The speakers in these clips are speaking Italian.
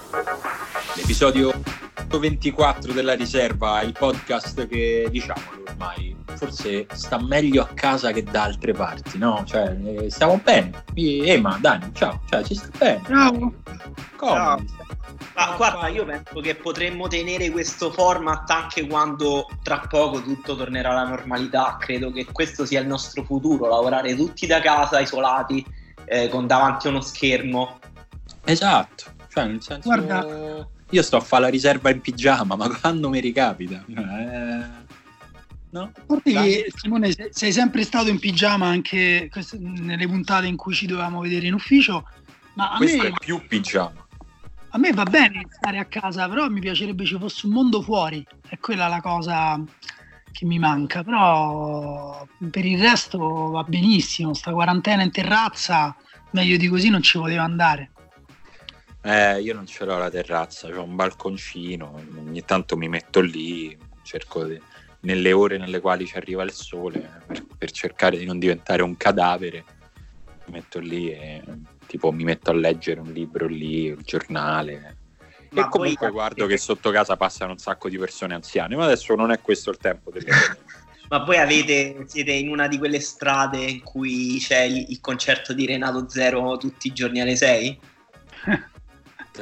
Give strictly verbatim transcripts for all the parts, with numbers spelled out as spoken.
L'episodio ventiquattro della Riserva, il podcast che, diciamolo ormai, forse sta meglio a casa che da altre parti, no? Cioè, eh, stiamo bene. Ema, Dani, ciao, cioè, ci sta bene. Ciao. Come? Ma guarda, io penso che potremmo tenere questo format anche quando tra poco tutto tornerà alla normalità. Credo che questo sia il nostro futuro, lavorare tutti da casa, isolati, eh, con davanti a uno schermo. Esatto, cioè nel senso... Guarda, io sto a fare la riserva in pigiama, ma quando mi ricapita? Eh... No? A parte che, Simone, sei sempre stato in pigiama anche nelle puntate in cui ci dovevamo vedere in ufficio, ma a Questo me, è più pigiama. a me va bene stare a casa, però mi piacerebbe ci fosse un mondo fuori, è quella la cosa che mi manca, però per il resto va benissimo, sta quarantena in terrazza, meglio di così non ci poteva andare. Eh, io non ce l'ho la terrazza, c'ho un balconcino, ogni tanto mi metto lì, cerco di, nelle ore nelle quali ci arriva il sole, per, per cercare di non diventare un cadavere, mi metto lì e tipo mi metto a leggere un libro lì, il giornale. Ma e comunque poi, guardo che sotto casa passano un sacco di persone anziane, ma adesso non è questo il tempo delle cose. Ma poi avete, siete in una di quelle strade in cui c'è il, il concerto di Renato Zero tutti i giorni alle sei? A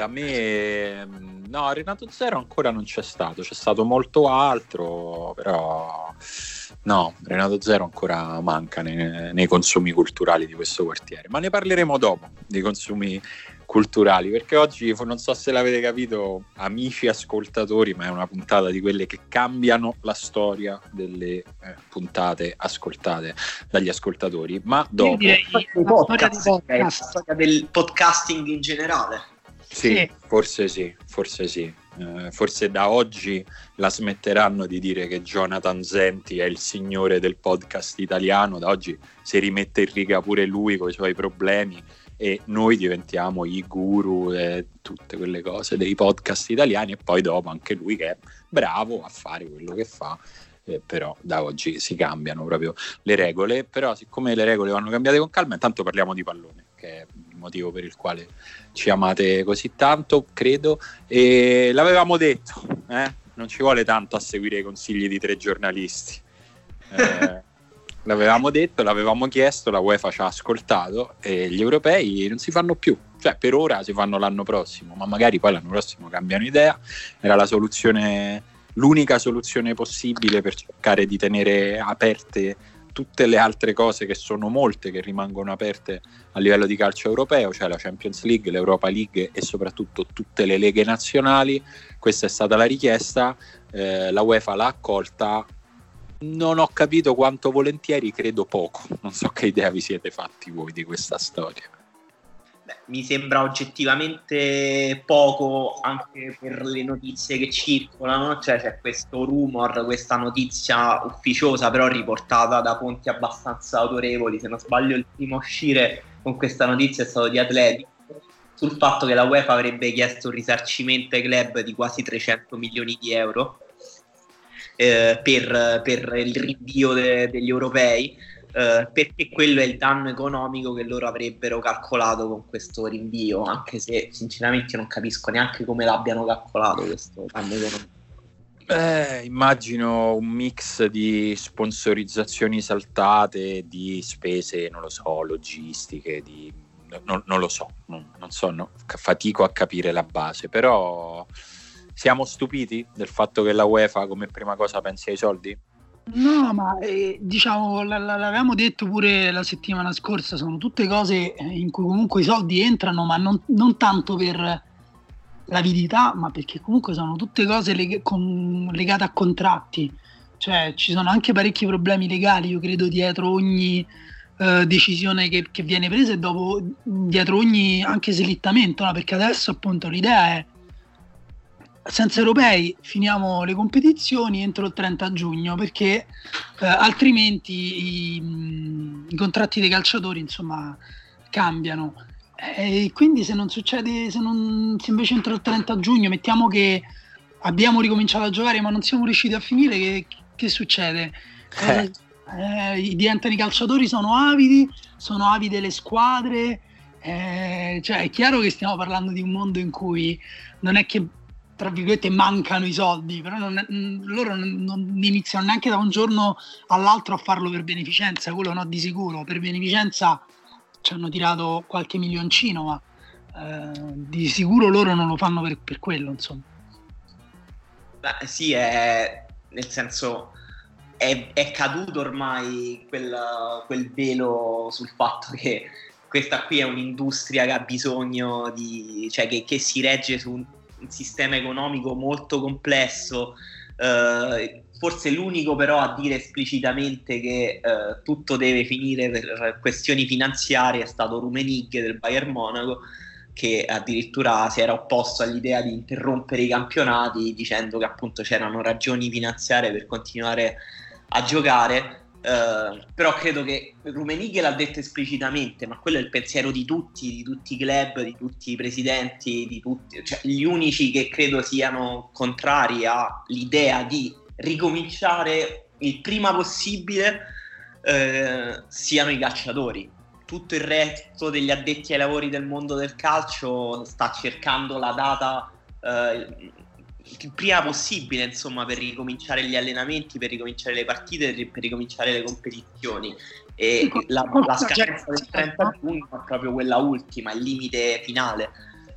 me no, Renato Zero ancora non c'è stato, c'è stato molto altro, però no, Renato Zero ancora manca nei, nei consumi culturali di questo quartiere, ma ne parleremo dopo dei consumi culturali, perché oggi, non so se l'avete capito amici ascoltatori, ma è una puntata di quelle che cambiano la storia delle eh, puntate ascoltate dagli ascoltatori, ma dopo Io direi la la storia podcast, di è la podcast. storia del podcasting in generale. Sì, Sì. forse sì, forse sì. Eh, forse da oggi la smetteranno di dire che Jonathan Zenti è il signore del podcast italiano, da oggi si rimette in riga pure lui con i suoi problemi e noi diventiamo i guru e tutte quelle cose dei podcast italiani, e poi dopo anche lui che è bravo a fare quello che fa. Eh, però da oggi si cambiano proprio le regole, però siccome le regole vanno cambiate con calma, intanto parliamo di pallone, che è il motivo per il quale ci amate così tanto, credo, e l'avevamo detto, eh? Non ci vuole tanto a seguire i consigli di tre giornalisti, eh, l'avevamo detto, l'avevamo chiesto, la UEFA ci ha ascoltato e gli europei non si fanno più, cioè per ora si fanno l'anno prossimo, ma magari poi l'anno prossimo cambiano idea. Era la soluzione, l'unica soluzione possibile per cercare di tenere aperte tutte le altre cose, che sono molte, che rimangono aperte a livello di calcio europeo, cioè la Champions League, l'Europa League e soprattutto tutte le leghe nazionali. Questa è stata la richiesta, eh, la UEFA l'ha accolta, non ho capito quanto volentieri, credo poco, non so che idea vi siete fatti voi di questa storia. Beh, mi sembra oggettivamente poco, anche per le notizie che circolano, cioè c'è questo rumor, questa notizia ufficiosa però riportata da fonti abbastanza autorevoli. Se non sbaglio il primo a uscire con questa notizia è stato di Athletic, sul fatto che la UEFA avrebbe chiesto un risarcimento ai club di quasi trecento milioni di euro eh, per, per il rinvio de, degli europei. Uh, perché quello è il danno economico che loro avrebbero calcolato con questo rinvio, anche se sinceramente non capisco neanche come l'abbiano calcolato questo danno economico. Eh, immagino un mix di sponsorizzazioni saltate, di spese, non lo so, logistiche, di... non, non lo so, non, non so, no, fatico a capire la base, però siamo stupiti del fatto che la UEFA come prima cosa pensi ai soldi? No, ma eh, diciamo, l- l- l'avevamo detto pure la settimana scorsa, sono tutte cose in cui comunque i soldi entrano, ma non, non tanto per l'avidità, ma perché comunque sono tutte cose leg- con- legate a contratti, cioè ci sono anche parecchi problemi legali, io credo, dietro ogni eh, decisione che, che viene presa e dopo dietro ogni anche slittamento, no? Perché adesso appunto l'idea è: senza europei finiamo le competizioni entro il trenta giugno, perché eh, altrimenti i, i contratti dei calciatori insomma cambiano, e quindi se non succede, se non se invece entro il trenta giugno mettiamo che abbiamo ricominciato a giocare ma non siamo riusciti a finire, che, che succede? Eh. Eh, diventano, i calciatori sono avidi, sono avide le squadre, Eh, cioè è chiaro che stiamo parlando di un mondo in cui non è che, tra virgolette, mancano i soldi, però non è, loro non, non iniziano neanche da un giorno all'altro a farlo per beneficenza, quello no, di sicuro. Per beneficenza ci hanno tirato qualche milioncino, ma eh, di sicuro loro non lo fanno per, per quello, insomma. Beh, sì, è nel senso è, è caduto ormai quel, quel velo sul fatto che questa qui è un'industria che ha bisogno di, cioè che, che si regge su un, un sistema economico molto complesso. Eh, forse l'unico però a dire esplicitamente che eh, tutto deve finire per questioni finanziarie è stato Rummenigge del Bayern Monaco, che addirittura si era opposto all'idea di interrompere i campionati dicendo che appunto c'erano ragioni finanziarie per continuare a giocare. Uh, però credo che Rummenigge l'ha detto esplicitamente, ma quello è il pensiero di tutti, di tutti i club, di tutti i presidenti, di tutti, cioè gli unici che credo siano contrari all'idea di ricominciare il prima possibile uh, siano i calciatori. Tutto il resto degli addetti ai lavori del mondo del calcio sta cercando la data uh, il prima possibile, insomma, per ricominciare gli allenamenti, per ricominciare le partite, per ricominciare le competizioni. E la, la scadenza del trenta giugno è proprio quella ultima, il limite finale.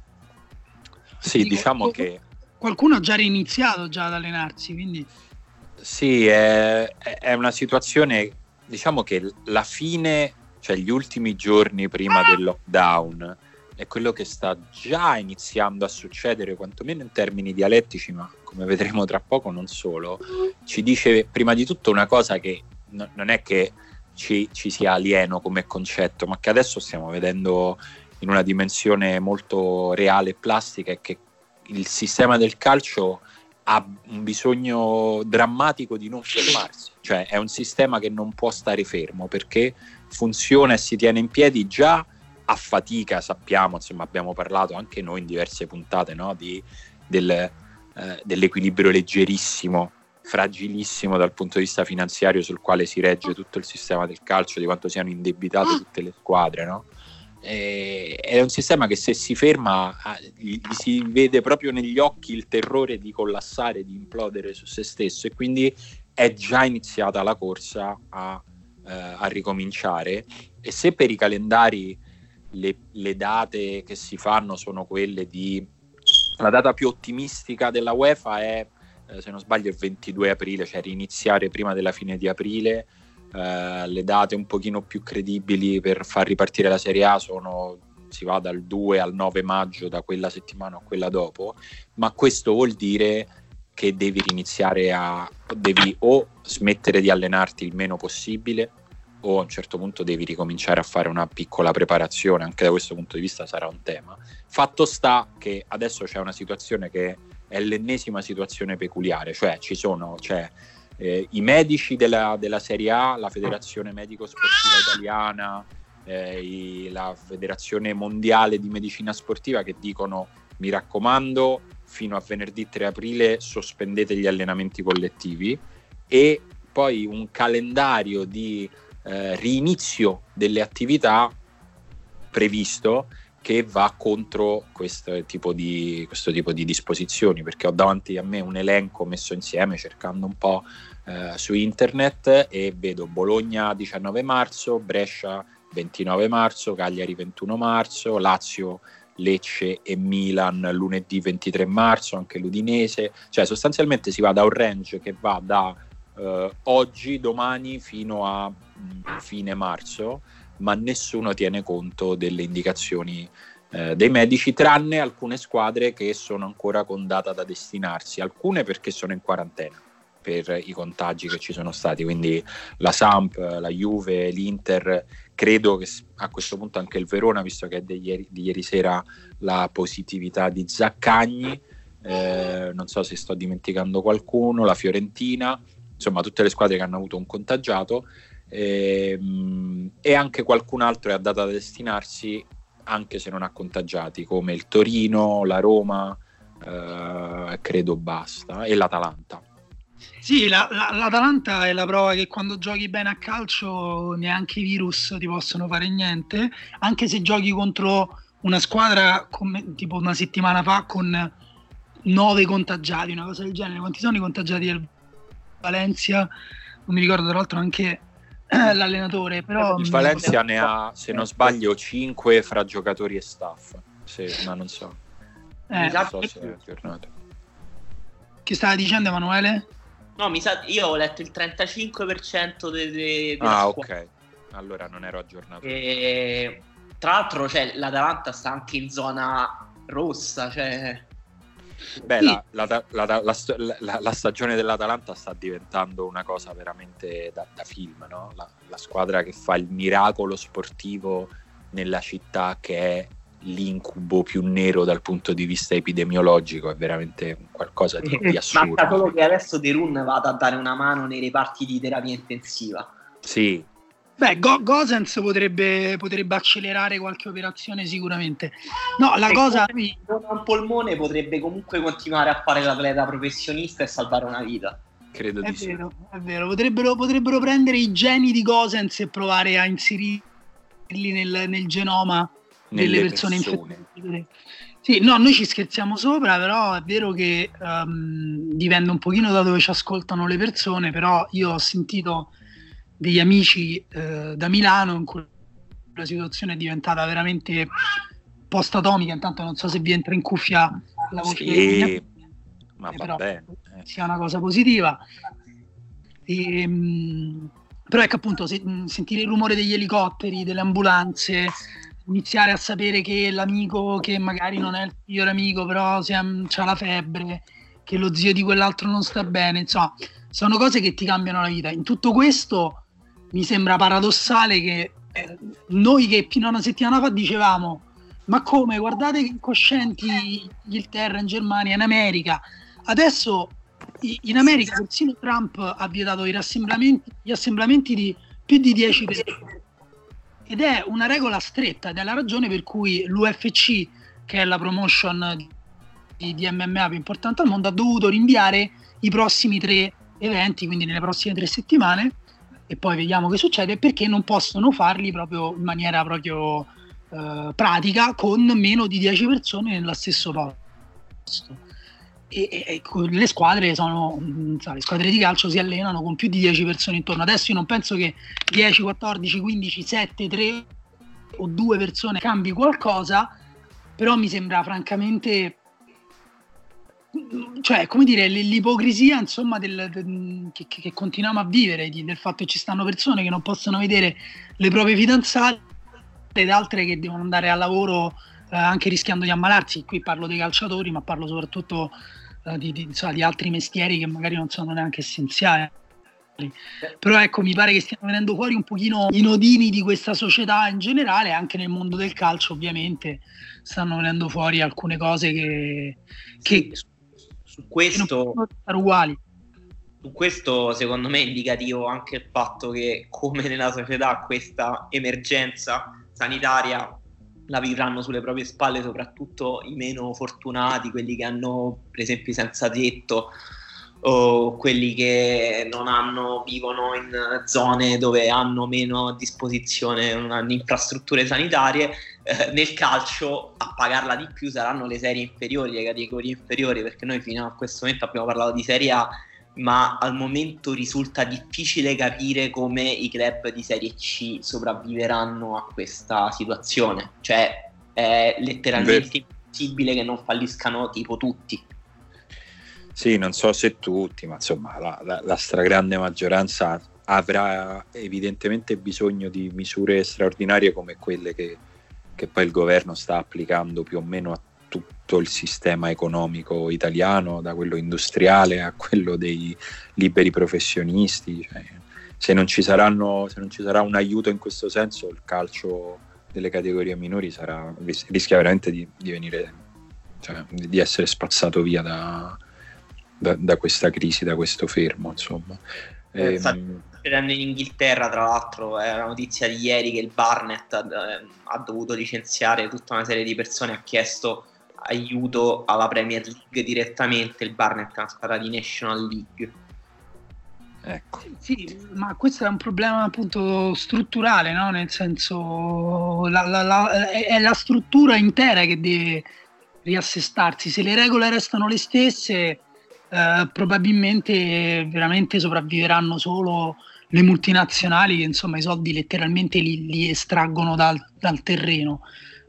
Sì, diciamo che qualcuno ha già riniziato già ad allenarsi, quindi sì, è, è una situazione, diciamo che la fine, cioè gli ultimi giorni prima del lockdown, è quello che sta già iniziando a succedere, quantomeno in termini dialettici, ma come vedremo tra poco non solo, ci dice prima di tutto una cosa che no, non è che ci, ci sia alieno come concetto, ma che adesso stiamo vedendo in una dimensione molto reale e plastica, è che il sistema del calcio ha un bisogno drammatico di non fermarsi, cioè è un sistema che non può stare fermo perché funziona e si tiene in piedi già a fatica, sappiamo, insomma abbiamo parlato anche noi in diverse puntate, no? di, del, eh, dell'equilibrio leggerissimo, fragilissimo dal punto di vista finanziario sul quale si regge tutto il sistema del calcio, di quanto siano indebitate tutte le squadre, no? E, è un sistema che se si ferma gli, gli si vede proprio negli occhi il terrore di collassare, di implodere su se stesso, e quindi è già iniziata la corsa a, eh, a ricominciare. E se per i calendari Le, le date che si fanno sono quelle di, la data più ottimistica della UEFA è eh, se non sbaglio il ventidue aprile, cioè riniziare prima della fine di aprile. Eh, le date un pochino più credibili per far ripartire la Serie A sono, si va dal due al nove maggio, da quella settimana a quella dopo, ma questo vuol dire che devi riniziare a, devi o smettere di allenarti il meno possibile, o a un certo punto devi ricominciare a fare una piccola preparazione. Anche da questo punto di vista sarà un tema. Fatto sta che adesso c'è una situazione che è l'ennesima situazione peculiare, cioè ci sono c'è, eh, i medici della, della Serie A, la Federazione Medico Sportiva Italiana, eh, i, la Federazione Mondiale di Medicina Sportiva che dicono: mi raccomando, fino a venerdì tre aprile sospendete gli allenamenti collettivi, e poi un calendario di Eh, rinizio delle attività previsto che va contro questo tipo di questo tipo di disposizioni, perché ho davanti a me un elenco messo insieme cercando un po' eh, su internet, e vedo Bologna diciannove marzo, Brescia ventinove marzo, Cagliari ventuno marzo, Lazio, Lecce e Milan lunedì ventitré marzo, anche l'Udinese, cioè sostanzialmente si va da un range che va da eh, oggi, domani fino a fine marzo, ma nessuno tiene conto delle indicazioni eh, dei medici, tranne alcune squadre che sono ancora con data da destinarsi, alcune perché sono in quarantena per i contagi che ci sono stati, quindi la Samp, la Juve, l'Inter, credo che a questo punto anche il Verona, visto che è di ieri, di ieri sera la positività di Zaccagni, eh, non so se sto dimenticando qualcuno, la Fiorentina, insomma tutte le squadre che hanno avuto un contagiato. E, e anche qualcun altro è a data da destinarsi anche se non ha contagiati, come il Torino, la Roma, eh, credo basta, e l'Atalanta. Sì, la, la, l'Atalanta è la prova che quando giochi bene a calcio neanche i virus ti possono fare niente, anche se giochi contro una squadra come tipo una settimana fa con nove contagiati, una cosa del genere. Quanti sono i contagiati del Valencia? Non mi ricordo, tra l'altro anche eh, l'allenatore, però il Valencia ne ha, se non sbaglio, cinque fra giocatori e staff, sì, ma non so, eh, non so se è aggiornato. Che stava dicendo Emanuele? No, mi sa, io ho letto il trentacinque per cento de, de, ah ok, allora non ero aggiornato. E, tra l'altro, cioè, l'Atalanta sta anche in zona rossa, cioè beh sì. la, la, la, la, la, la stagione dell'Atalanta sta diventando una cosa veramente da, da film, no? La, la squadra che fa il miracolo sportivo nella città che è l'incubo più nero dal punto di vista epidemiologico, è veramente qualcosa di, di assurdo. Manca solo che adesso De Run vada a dare una mano nei reparti di terapia intensiva. Sì. Beh, Go- Gosens potrebbe, potrebbe accelerare qualche operazione sicuramente. No, la Se cosa... non ha un polmone potrebbe comunque continuare a fare l'atleta professionista e salvare una vita. Credo è di vero, sì. È vero, potrebbero, potrebbero prendere i geni di Gosens e provare a inserirli nel, nel genoma delle Nelle persone, persone. infettate. Sì, no, noi ci scherziamo sopra, però è vero che um, dipende un pochino da dove ci ascoltano le persone, però io ho sentito degli amici eh, da Milano in cui la situazione è diventata veramente post-atomica. Intanto non so se vi entra in cuffia la voce, sì, ma eh, va però bene, eh. sia una cosa positiva. E, mh, però ecco, appunto, se, mh, sentire il rumore degli elicotteri, delle ambulanze, iniziare a sapere che l'amico che magari non è il migliore amico però ha la febbre, che lo zio di quell'altro non sta bene, insomma sono cose che ti cambiano la vita. In tutto questo mi sembra paradossale che eh, noi che fino a una settimana fa dicevamo ma come, guardate che incoscienti in Inghilterra, in Germania, in America, adesso in America persino Trump ha vietato i rassemblamenti, gli assemblamenti di più di dieci persone. Ed è una regola stretta ed è la ragione per cui l'U F C, che è la promotion di, di M M A più importante al mondo, ha dovuto rinviare i prossimi tre eventi, quindi nelle prossime tre settimane, e poi vediamo che succede, perché non possono farli proprio in maniera proprio eh, pratica con meno di dieci persone nello stesso posto. E, e, e le squadre sono so, le squadre di calcio si allenano con più di dieci persone intorno. Adesso io non penso che dieci, quattordici, quindici, sette, tre o due persone cambi qualcosa, però mi sembra francamente, cioè come dire, l'ipocrisia insomma del, del, che, che continuiamo a vivere, di, del fatto che ci stanno persone che non possono vedere le proprie fidanzate ed altre che devono andare al lavoro eh, anche rischiando di ammalarsi. Qui parlo dei calciatori, ma parlo soprattutto eh, di, di, insomma, di altri mestieri che magari non sono neanche essenziali. Però ecco, mi pare che stiano venendo fuori un pochino i nodini di questa società in generale, anche nel mondo del calcio ovviamente stanno venendo fuori alcune cose che, che sì, su questo che non possono essere uguali. Su questo secondo me è indicativo anche il fatto che, come nella società, questa emergenza sanitaria la vivranno sulle proprie spalle soprattutto i meno fortunati, quelli che hanno per esempio senza tetto o quelli che non hanno, vivono in zone dove hanno meno a disposizione, non hanno infrastrutture sanitarie. Eh, nel calcio a pagarla di più saranno le serie inferiori, le categorie inferiori, perché noi fino a questo momento abbiamo parlato di Serie A, ma al momento risulta difficile capire come i club di Serie C sopravviveranno a questa situazione. Cioè è letteralmente Beh. impossibile che non falliscano tipo tutti. Sì, non so se tutti, ma insomma la, la, la stragrande maggioranza avrà evidentemente bisogno di misure straordinarie come quelle che, che poi il governo sta applicando più o meno a tutto il sistema economico italiano, da quello industriale a quello dei liberi professionisti. Cioè, se non ci saranno, se non ci sarà un aiuto in questo senso, il calcio delle categorie minori sarà, rischia veramente di, di venire, cioè, di essere spazzato via da, da, da questa crisi, da questo fermo, insomma. Eh, ehm, in Inghilterra, tra l'altro, è una notizia di ieri che il Barnet ha, ha dovuto licenziare tutta una serie di persone, ha chiesto aiuto alla Premier League direttamente. Il Barnet è una squadra di National League Ecco. Sì, ma questo è un problema appunto strutturale, no? Nel senso, la, la, la, è la struttura intera che deve riassestarsi. Se le regole restano le stesse, eh, probabilmente veramente sopravviveranno solo le multinazionali che insomma i soldi letteralmente li, li estraggono dal, dal terreno.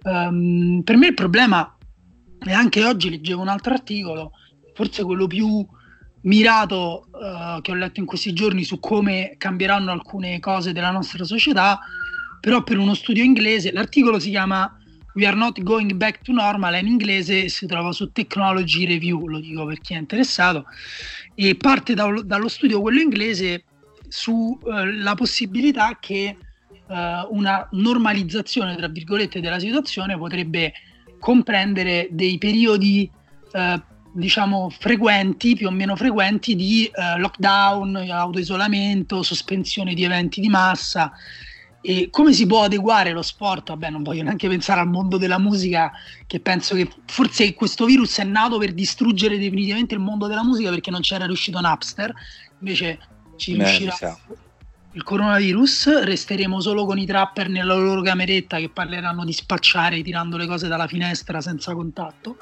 Um, per me il problema, e anche oggi leggevo un altro articolo, forse quello più mirato uh, che ho letto in questi giorni su come cambieranno alcune cose della nostra società, però per uno studio inglese. L'articolo si chiama We are not going back to normal, è in inglese, si trova su Technology Review, lo dico per chi è interessato, e parte da, dallo studio quello inglese sulla uh, possibilità che uh, una normalizzazione tra virgolette della situazione potrebbe comprendere dei periodi uh, diciamo frequenti, più o meno frequenti, di uh, lockdown, autoisolamento, sospensione di eventi di massa. E come si può adeguare lo sport? Vabbè, non voglio neanche pensare al mondo della musica, che penso che forse questo virus è nato per distruggere definitivamente il mondo della musica, perché non c'era riuscito Napster, invece ci riuscirà il coronavirus. Resteremo solo con i trapper nella loro cameretta che parleranno di spacciare tirando le cose dalla finestra senza contatto.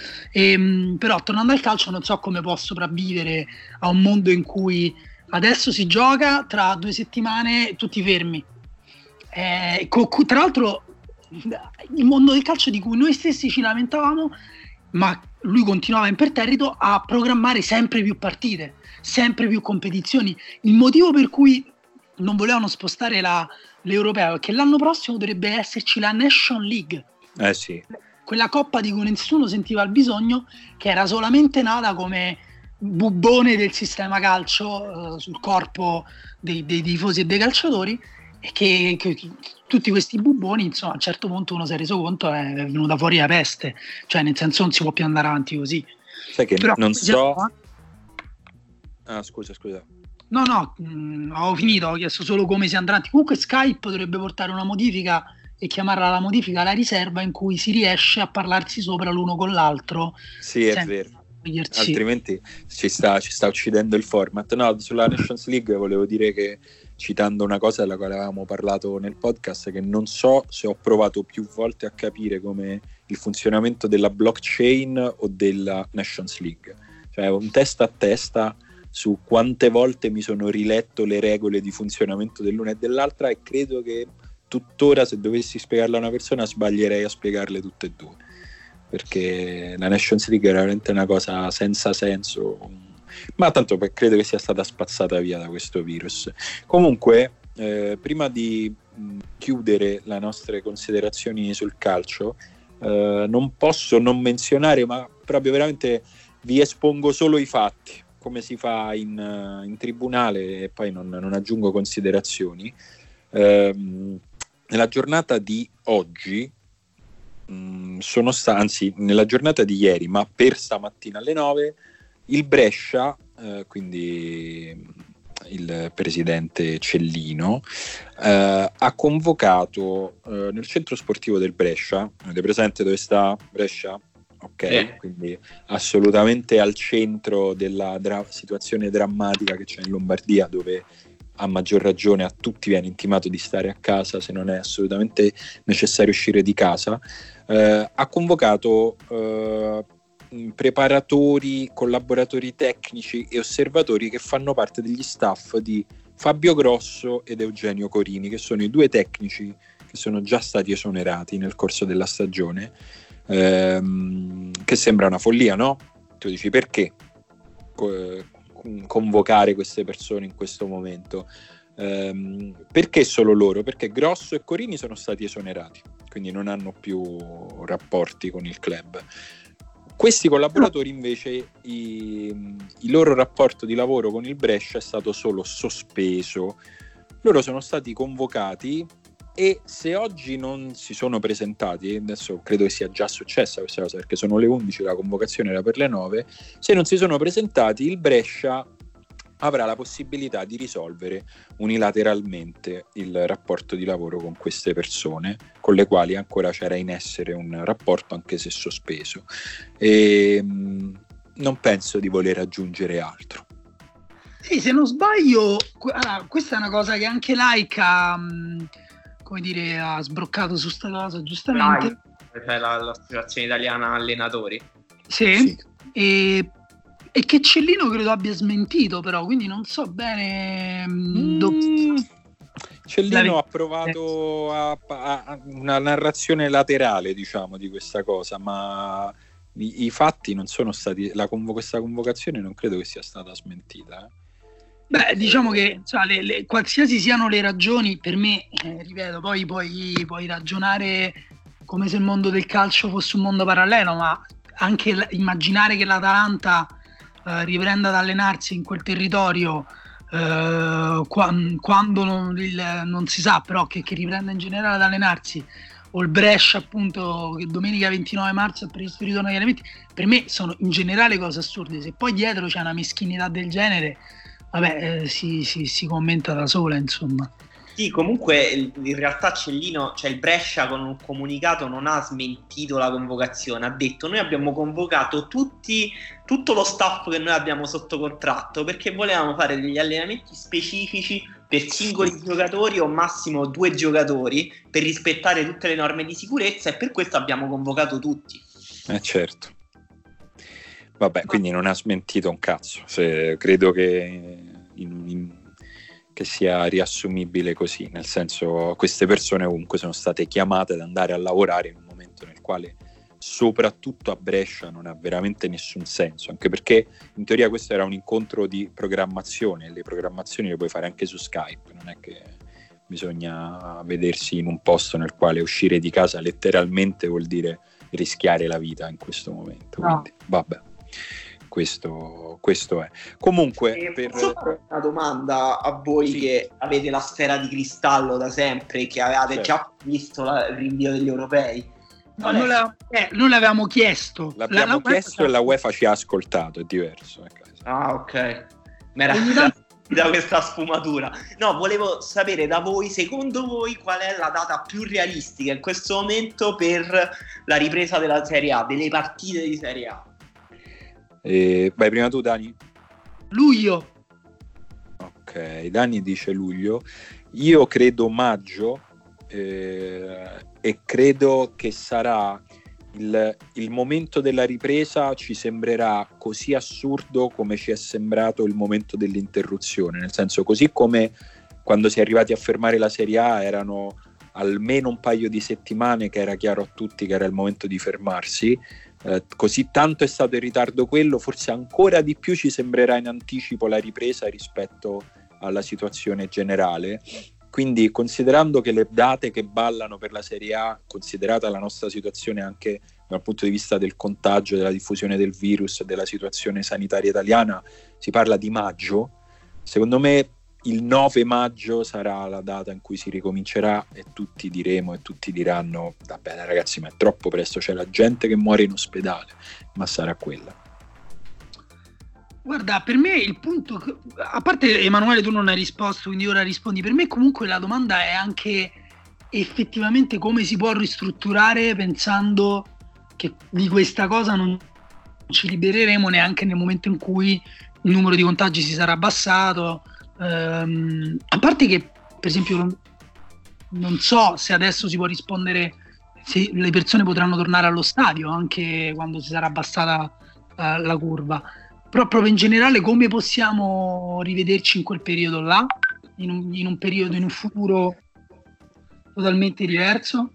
E, però tornando al calcio, non so come può sopravvivere a un mondo in cui adesso si gioca, tra due settimane tutti fermi. Eh, co- co- tra l'altro il mondo del calcio di cui noi stessi ci lamentavamo, ma lui continuava imperterrito a programmare sempre più partite, sempre più competizioni. Il motivo per cui non volevano spostare la, l'Europeo è che l'anno prossimo dovrebbe esserci la Nation League, eh sì. quella coppa di cui nessuno sentiva il bisogno, che era solamente nata come bubbone del sistema calcio uh, sul corpo dei, dei tifosi e dei calciatori, e che, che tutti questi bubboni, insomma, a un certo punto uno si è reso conto è venuta fuori la peste, cioè nel senso non si può più andare avanti così. Sai che Però, non so già... ah scusa scusa no no mh, ho finito, ho chiesto solo come si andrà avanti. Comunque Skype dovrebbe portare una modifica e chiamarla la modifica la riserva, in cui si riesce a parlarsi sopra l'uno con l'altro. Sì, è vero, altrimenti ci sta, ci sta uccidendo il format. No, sulla Nations League volevo dire che, citando una cosa della quale avevamo parlato nel podcast, che non so se ho provato più volte a capire come il funzionamento della blockchain o della Nations League, cioè un testa a testa su quante volte mi sono riletto le regole di funzionamento dell'una e dell'altra, e credo che tuttora, se dovessi spiegarle a una persona, sbaglierei a spiegarle tutte e due, perché la Nations League è veramente una cosa senza senso, ma tanto credo che sia stata spazzata via da questo virus. Comunque, eh, prima di mh, chiudere le nostre considerazioni sul calcio, eh, non posso non menzionare, ma proprio veramente vi espongo solo i fatti, come si fa in, in tribunale, e poi non, non aggiungo considerazioni. Eh, nella giornata di oggi mh, sono sta- anzi nella giornata di ieri, ma per stamattina alle nove, il Brescia, eh, quindi il presidente Cellino, eh, ha convocato eh, nel centro sportivo del Brescia. Avete presente dove sta Brescia? Ok, eh. Quindi assolutamente al centro della dra- situazione drammatica che c'è in Lombardia, dove a maggior ragione a tutti viene intimato di stare a casa se non è assolutamente necessario uscire di casa. Eh, ha convocato eh, preparatori, collaboratori tecnici e osservatori che fanno parte degli staff di Fabio Grosso ed Eugenio Corini, che sono i due tecnici che sono già stati esonerati nel corso della stagione, ehm, che sembra una follia, no? Tu dici perché Co- convocare queste persone in questo momento? Ehm, perché solo loro? Perché Grosso e Corini sono stati esonerati, quindi non hanno più rapporti con il club. Questi collaboratori invece, i, il loro rapporto di lavoro con il Brescia è stato solo sospeso. Loro sono stati convocati, e se oggi non si sono presentati, adesso credo che sia già successa questa cosa perché sono le undici, la convocazione era per le nove, se non si sono presentati, il Brescia avrà la possibilità di risolvere unilateralmente il rapporto di lavoro con queste persone, con le quali ancora c'era in essere un rapporto, anche se sospeso. E mh, non penso di voler aggiungere altro. Sì, se non sbaglio, allora, questa è una cosa che anche Like ha, come dire, ha sbroccato su sta cosa, giustamente. Cioè la, l'associazione italiana allenatori. Sì, sì. E, e che Cellino credo abbia smentito, però, quindi non so bene. Mm. Dove... Cellino ha provato a, a, a una narrazione laterale, diciamo, di questa cosa, ma i, i fatti non sono stati. La convo- questa convocazione non credo che sia stata smentita. Eh. Beh, diciamo che cioè, le, le, qualsiasi siano le ragioni, per me, eh, ripeto, poi puoi, puoi ragionare come se il mondo del calcio fosse un mondo parallelo, ma anche l- immaginare che l'Atalanta eh, riprenda ad allenarsi in quel territorio eh, qua, quando non, il, non si sa, però che, che riprenda in generale ad allenarsi, o il Brescia appunto che domenica ventinove marzo ha previsto il ritorno agli allenamenti, per me sono in generale cose assurde. Se poi dietro c'è una meschinità del genere, vabbè, eh, si, si, si commenta da sola, insomma. Sì, comunque in realtà Cellino, cioè il Brescia con un comunicato non ha smentito la convocazione, ha detto noi abbiamo convocato tutti, tutto lo staff che noi abbiamo sotto contratto perché volevamo fare degli allenamenti specifici per singoli giocatori o massimo due giocatori per rispettare tutte le norme di sicurezza e per questo abbiamo convocato tutti. Eh certo. Vabbè, quindi non ha smentito un cazzo, se, credo che, in, in, che sia riassumibile così, nel senso queste persone comunque sono state chiamate ad andare a lavorare in un momento nel quale soprattutto a Brescia non ha veramente nessun senso, anche perché in teoria questo era un incontro di programmazione e le programmazioni le puoi fare anche su Skype, non è che bisogna vedersi in un posto nel quale uscire di casa letteralmente vuol dire rischiare la vita in questo momento, quindi no. Vabbè. Questo, questo è. Comunque, eh, per... posso fare una domanda a voi sì. Che avete la sfera di cristallo da sempre, che avevate certo. già visto la, il rinvio degli europei? No, noi, la, eh, noi l'avevamo chiesto. L'abbiamo la, la chiesto UEFA e la UEFA ci ha ascoltato, è diverso. Ecco. Ah, ok. Mi era da questa sfumatura. No, volevo sapere da voi, secondo voi, qual è la data più realistica in questo momento per la ripresa della Serie A, delle partite di Serie A? Eh, vai prima tu, Dani. Luglio. Ok, Dani dice luglio. Io credo maggio eh, e credo che sarà il, il momento della ripresa ci sembrerà così assurdo come ci è sembrato il momento dell'interruzione, nel senso così come quando si è arrivati a fermare la Serie A erano almeno un paio di settimane che era chiaro a tutti che era il momento di fermarsi. Eh, così tanto è stato in ritardo quello, forse ancora di più ci sembrerà in anticipo la ripresa rispetto alla situazione generale. Quindi considerando che le date che ballano per la Serie A, considerata la nostra situazione anche dal punto di vista del contagio, della diffusione del virus, della situazione sanitaria italiana, si parla di maggio, secondo me il nove maggio sarà la data in cui si ricomincerà e tutti diremo e tutti diranno vabbè ragazzi, ma è troppo presto, c'è la gente che muore in ospedale, ma sarà quella. Guarda, per me il punto, a parte Emanuele tu non hai risposto, quindi ora rispondi, per me comunque la domanda è anche effettivamente come si può ristrutturare pensando che di questa cosa non ci libereremo neanche nel momento in cui il numero di contagi si sarà abbassato. Um, a parte che per esempio non, non so se adesso si può rispondere se le persone potranno tornare allo stadio anche quando si sarà abbassata uh, la curva, però proprio in generale come possiamo rivederci in quel periodo là, in un, in un periodo, in un futuro totalmente diverso?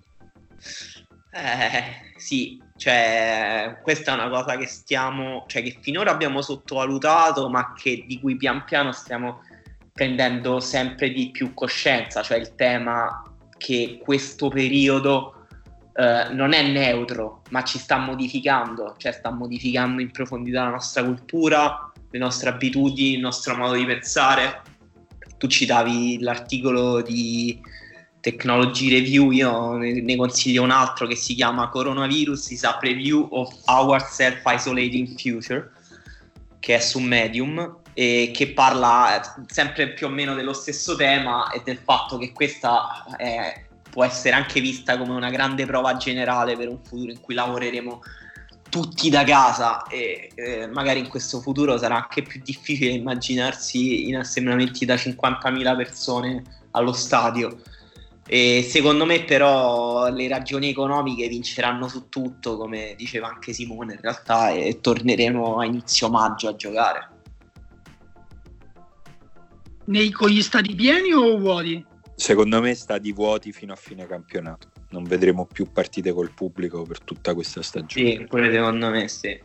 Eh sì, cioè questa è una cosa che stiamo, cioè che finora abbiamo sottovalutato ma che di cui pian piano stiamo prendendo sempre di più coscienza, cioè il tema che questo periodo eh, non è neutro, ma ci sta modificando, cioè sta modificando in profondità la nostra cultura, le nostre abitudini, il nostro modo di pensare. Tu citavi l'articolo di Technology Review, io ne, ne consiglio un altro che si chiama Coronavirus is a Preview of Our Self-Isolating Future, che è su Medium, e che parla sempre più o meno dello stesso tema e del fatto che questa è, può essere anche vista come una grande prova generale per un futuro in cui lavoreremo tutti da casa e eh, magari in questo futuro sarà anche più difficile immaginarsi in assembramenti da cinquantamila persone allo stadio. E secondo me però le ragioni economiche vinceranno su tutto, come diceva anche Simone in realtà, e torneremo a inizio maggio a giocare. Nei, con gli stadi pieni o vuoti? Secondo me stadi vuoti fino a fine campionato. Non vedremo più partite col pubblico per tutta questa stagione. Sì, pure secondo me sì.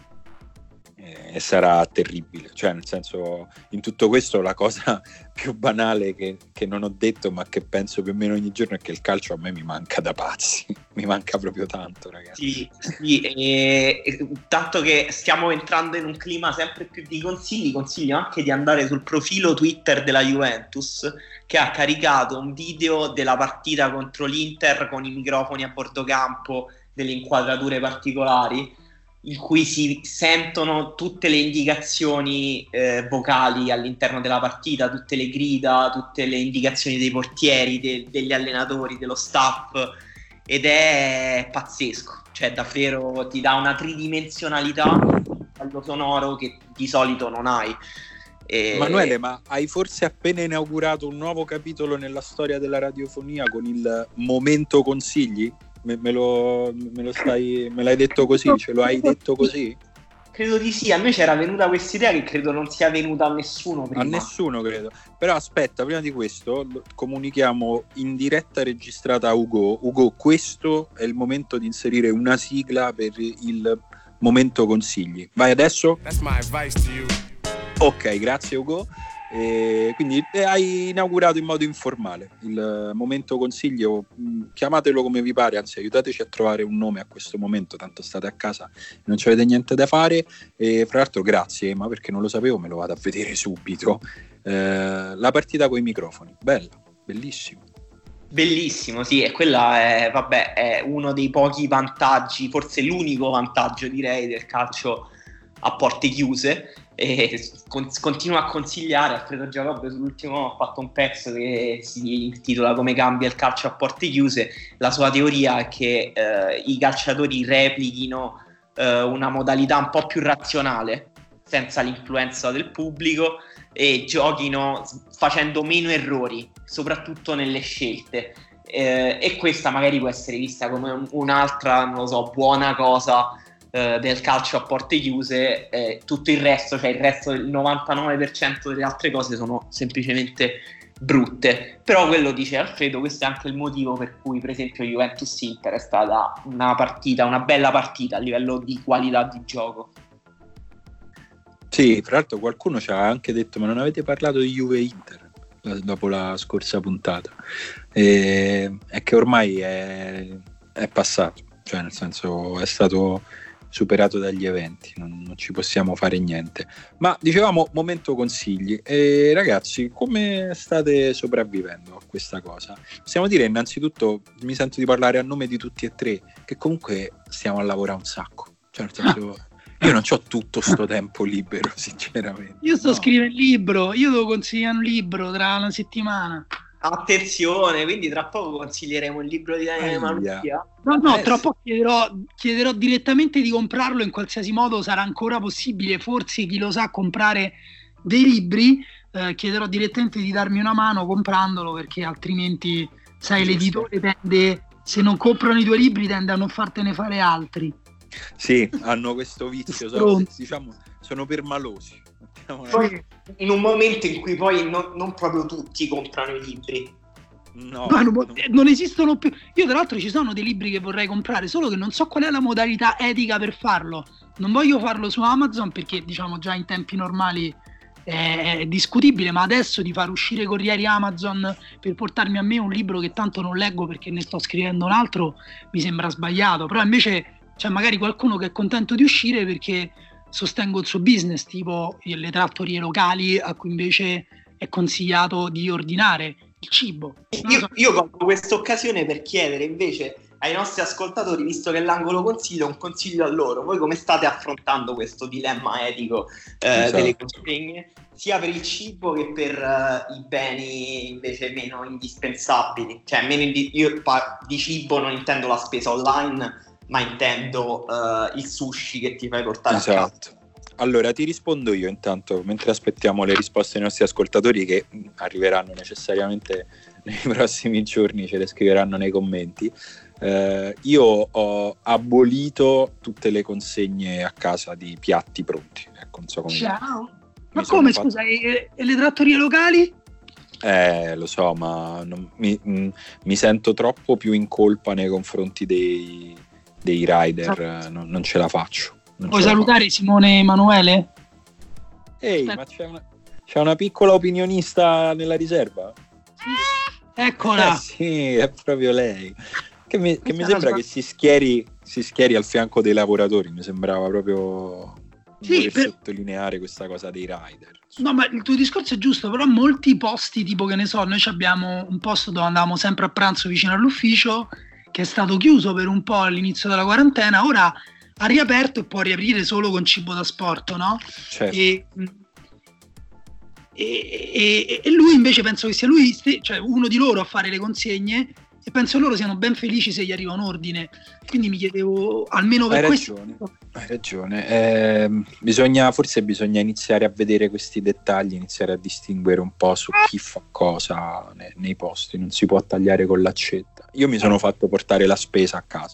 E sarà terribile, cioè nel senso, in tutto questo la cosa più banale che, che non ho detto ma che penso più o meno ogni giorno è che il calcio a me mi manca da pazzi, mi manca proprio tanto, ragazzi. Sì, sì, e, e, tanto che stiamo entrando in un clima sempre più di consigli, consiglio anche di andare sul profilo Twitter della Juventus, che ha caricato un video della partita contro l'Inter con i microfoni a bordo campo, delle inquadrature particolari, in cui si sentono tutte le indicazioni eh, vocali all'interno della partita, tutte le grida, tutte le indicazioni dei portieri, de- degli allenatori, dello staff, ed è pazzesco, cioè davvero ti dà una tridimensionalità allo sonoro che di solito non hai. E... Emanuele, ma hai forse appena inaugurato un nuovo capitolo nella storia della radiofonia con il momento consigli? Me, me, lo, me lo stai me l'hai detto così? Ce lo hai detto così? Credo di sì, a me c'era venuta questa idea che credo non sia venuta a nessuno prima. A nessuno credo. Però aspetta, prima di questo comunichiamo in diretta registrata a Ugo. Ugo, questo è il momento di inserire una sigla per il momento consigli. Vai adesso? That's my advice to you. Ok, grazie Ugo. E quindi eh, hai inaugurato in modo informale il momento consiglio, chiamatelo come vi pare, anzi aiutateci a trovare un nome a questo momento, tanto state a casa, non ci avete niente da fare. E fra l'altro grazie, ma perché non lo sapevo me lo vado a vedere subito. Eh, la partita con i microfoni, bella, bellissimo. Bellissimo, sì, e quella è, vabbè, è uno dei pochi vantaggi, forse l'unico vantaggio direi del calcio a porte chiuse. E con, continuo a consigliare. Alfredo Giacobbe sull'ultimo ha fatto un pezzo che si intitola Come cambia il calcio a porte chiuse. La sua teoria è che eh, i calciatori replichino eh, una modalità un po' più razionale, senza l'influenza del pubblico, e giochino facendo meno errori, soprattutto nelle scelte. Eh, e questa magari può essere vista come un, un'altra, non lo so, buona cosa del calcio a porte chiuse. Eh, tutto il resto, cioè il resto del novantanove per cento delle altre cose sono semplicemente brutte. Però quello, dice Alfredo, questo è anche il motivo per cui per esempio Juventus-Inter è stata una partita, una bella partita a livello di qualità di gioco. Sì, fra l'altro qualcuno ci ha anche detto ma non avete parlato di Juve-Inter dopo la scorsa puntata, e è che ormai è, è passato, cioè nel senso è stato superato dagli eventi, non, non ci possiamo fare niente. Ma dicevamo momento consigli, e ragazzi, come state sopravvivendo a questa cosa? Possiamo dire innanzitutto, mi sento di parlare a nome di tutti e tre, che comunque stiamo a lavorare un sacco, cioè nel senso io non c'ho tutto sto tempo libero sinceramente. Io sto no. scrivendo il libro, io devo consigliare un libro tra una settimana. Attenzione, quindi tra poco consiglieremo il libro di Daniele Malucchia. No, no, eh, tra sì. poco chiederò, chiederò direttamente di comprarlo, in qualsiasi modo sarà ancora possibile, forse chi lo sa, comprare dei libri. Eh, chiederò direttamente di darmi una mano comprandolo, perché altrimenti, sai, Giusto. L'editore tende, se non comprano i tuoi libri, tende a non fartene fare altri. Sì, hanno questo vizio, sono, diciamo, sono permalosi. Poi, in un momento in cui poi non, non proprio tutti comprano i libri. No, Ma non, no. non esistono più. Io tra l'altro ci sono dei libri che vorrei comprare, solo che non so qual è la modalità etica per farlo. Non voglio farlo su Amazon perché, diciamo, già in tempi normali è, è discutibile, ma adesso di far uscire corrieri Amazon per portarmi a me un libro che tanto non leggo perché ne sto scrivendo un altro mi sembra sbagliato. Però invece c'è magari qualcuno che è contento di uscire perché sostengo il suo business, tipo le trattorie locali a cui invece è consigliato di ordinare il cibo. Io, io colgo questa occasione per chiedere invece ai nostri ascoltatori, visto che l'angolo consiglio, un consiglio a loro: voi come state affrontando questo dilemma etico eh, esatto. delle consegne, sia per il cibo che per uh, i beni invece meno indispensabili? Cioè, meno indi- io pa- di cibo non intendo la spesa online, ma intendo uh, il sushi che ti fai portare esatto. a casa. Allora ti rispondo io intanto, mentre aspettiamo le risposte dei nostri ascoltatori che arriveranno necessariamente nei prossimi giorni, ce le scriveranno nei commenti. Uh, io ho abolito tutte le consegne a casa di piatti pronti. Ecco, non so come Ciao. Ma come, fatto... scusa, e, e le trattorie locali? Eh, lo so, ma non, mi, mh, mi sento troppo più in colpa nei confronti dei, dei rider, esatto. non, non ce la faccio. Non Vuoi salutare faccio. Simone Emanuele? Ehi, ma c'è una, c'è una piccola opinionista nella riserva? Eccola! Eh sì, è proprio lei. Che mi, che mi sembra che si schieri, si schieri al fianco dei lavoratori, mi sembrava proprio... Sì, per sottolineare questa cosa dei rider. No, ma il tuo discorso è giusto, però molti posti, tipo che ne so, noi abbiamo un posto dove andavamo sempre a pranzo vicino all'ufficio che è stato chiuso per un po' all'inizio della quarantena, ora ha riaperto e può riaprire solo con cibo da sport, no? Certo. E, e, e, e lui invece penso che sia lui, cioè uno di loro a fare le consegne, e penso loro siano ben felici se gli arriva un ordine, quindi mi chiedevo almeno per hai questo ragione, hai ragione eh, bisogna forse bisogna iniziare a vedere questi dettagli, iniziare a distinguere un po' su chi fa cosa nei, nei posti, non si può tagliare con l'accetta. Io mi sono fatto portare la spesa a casa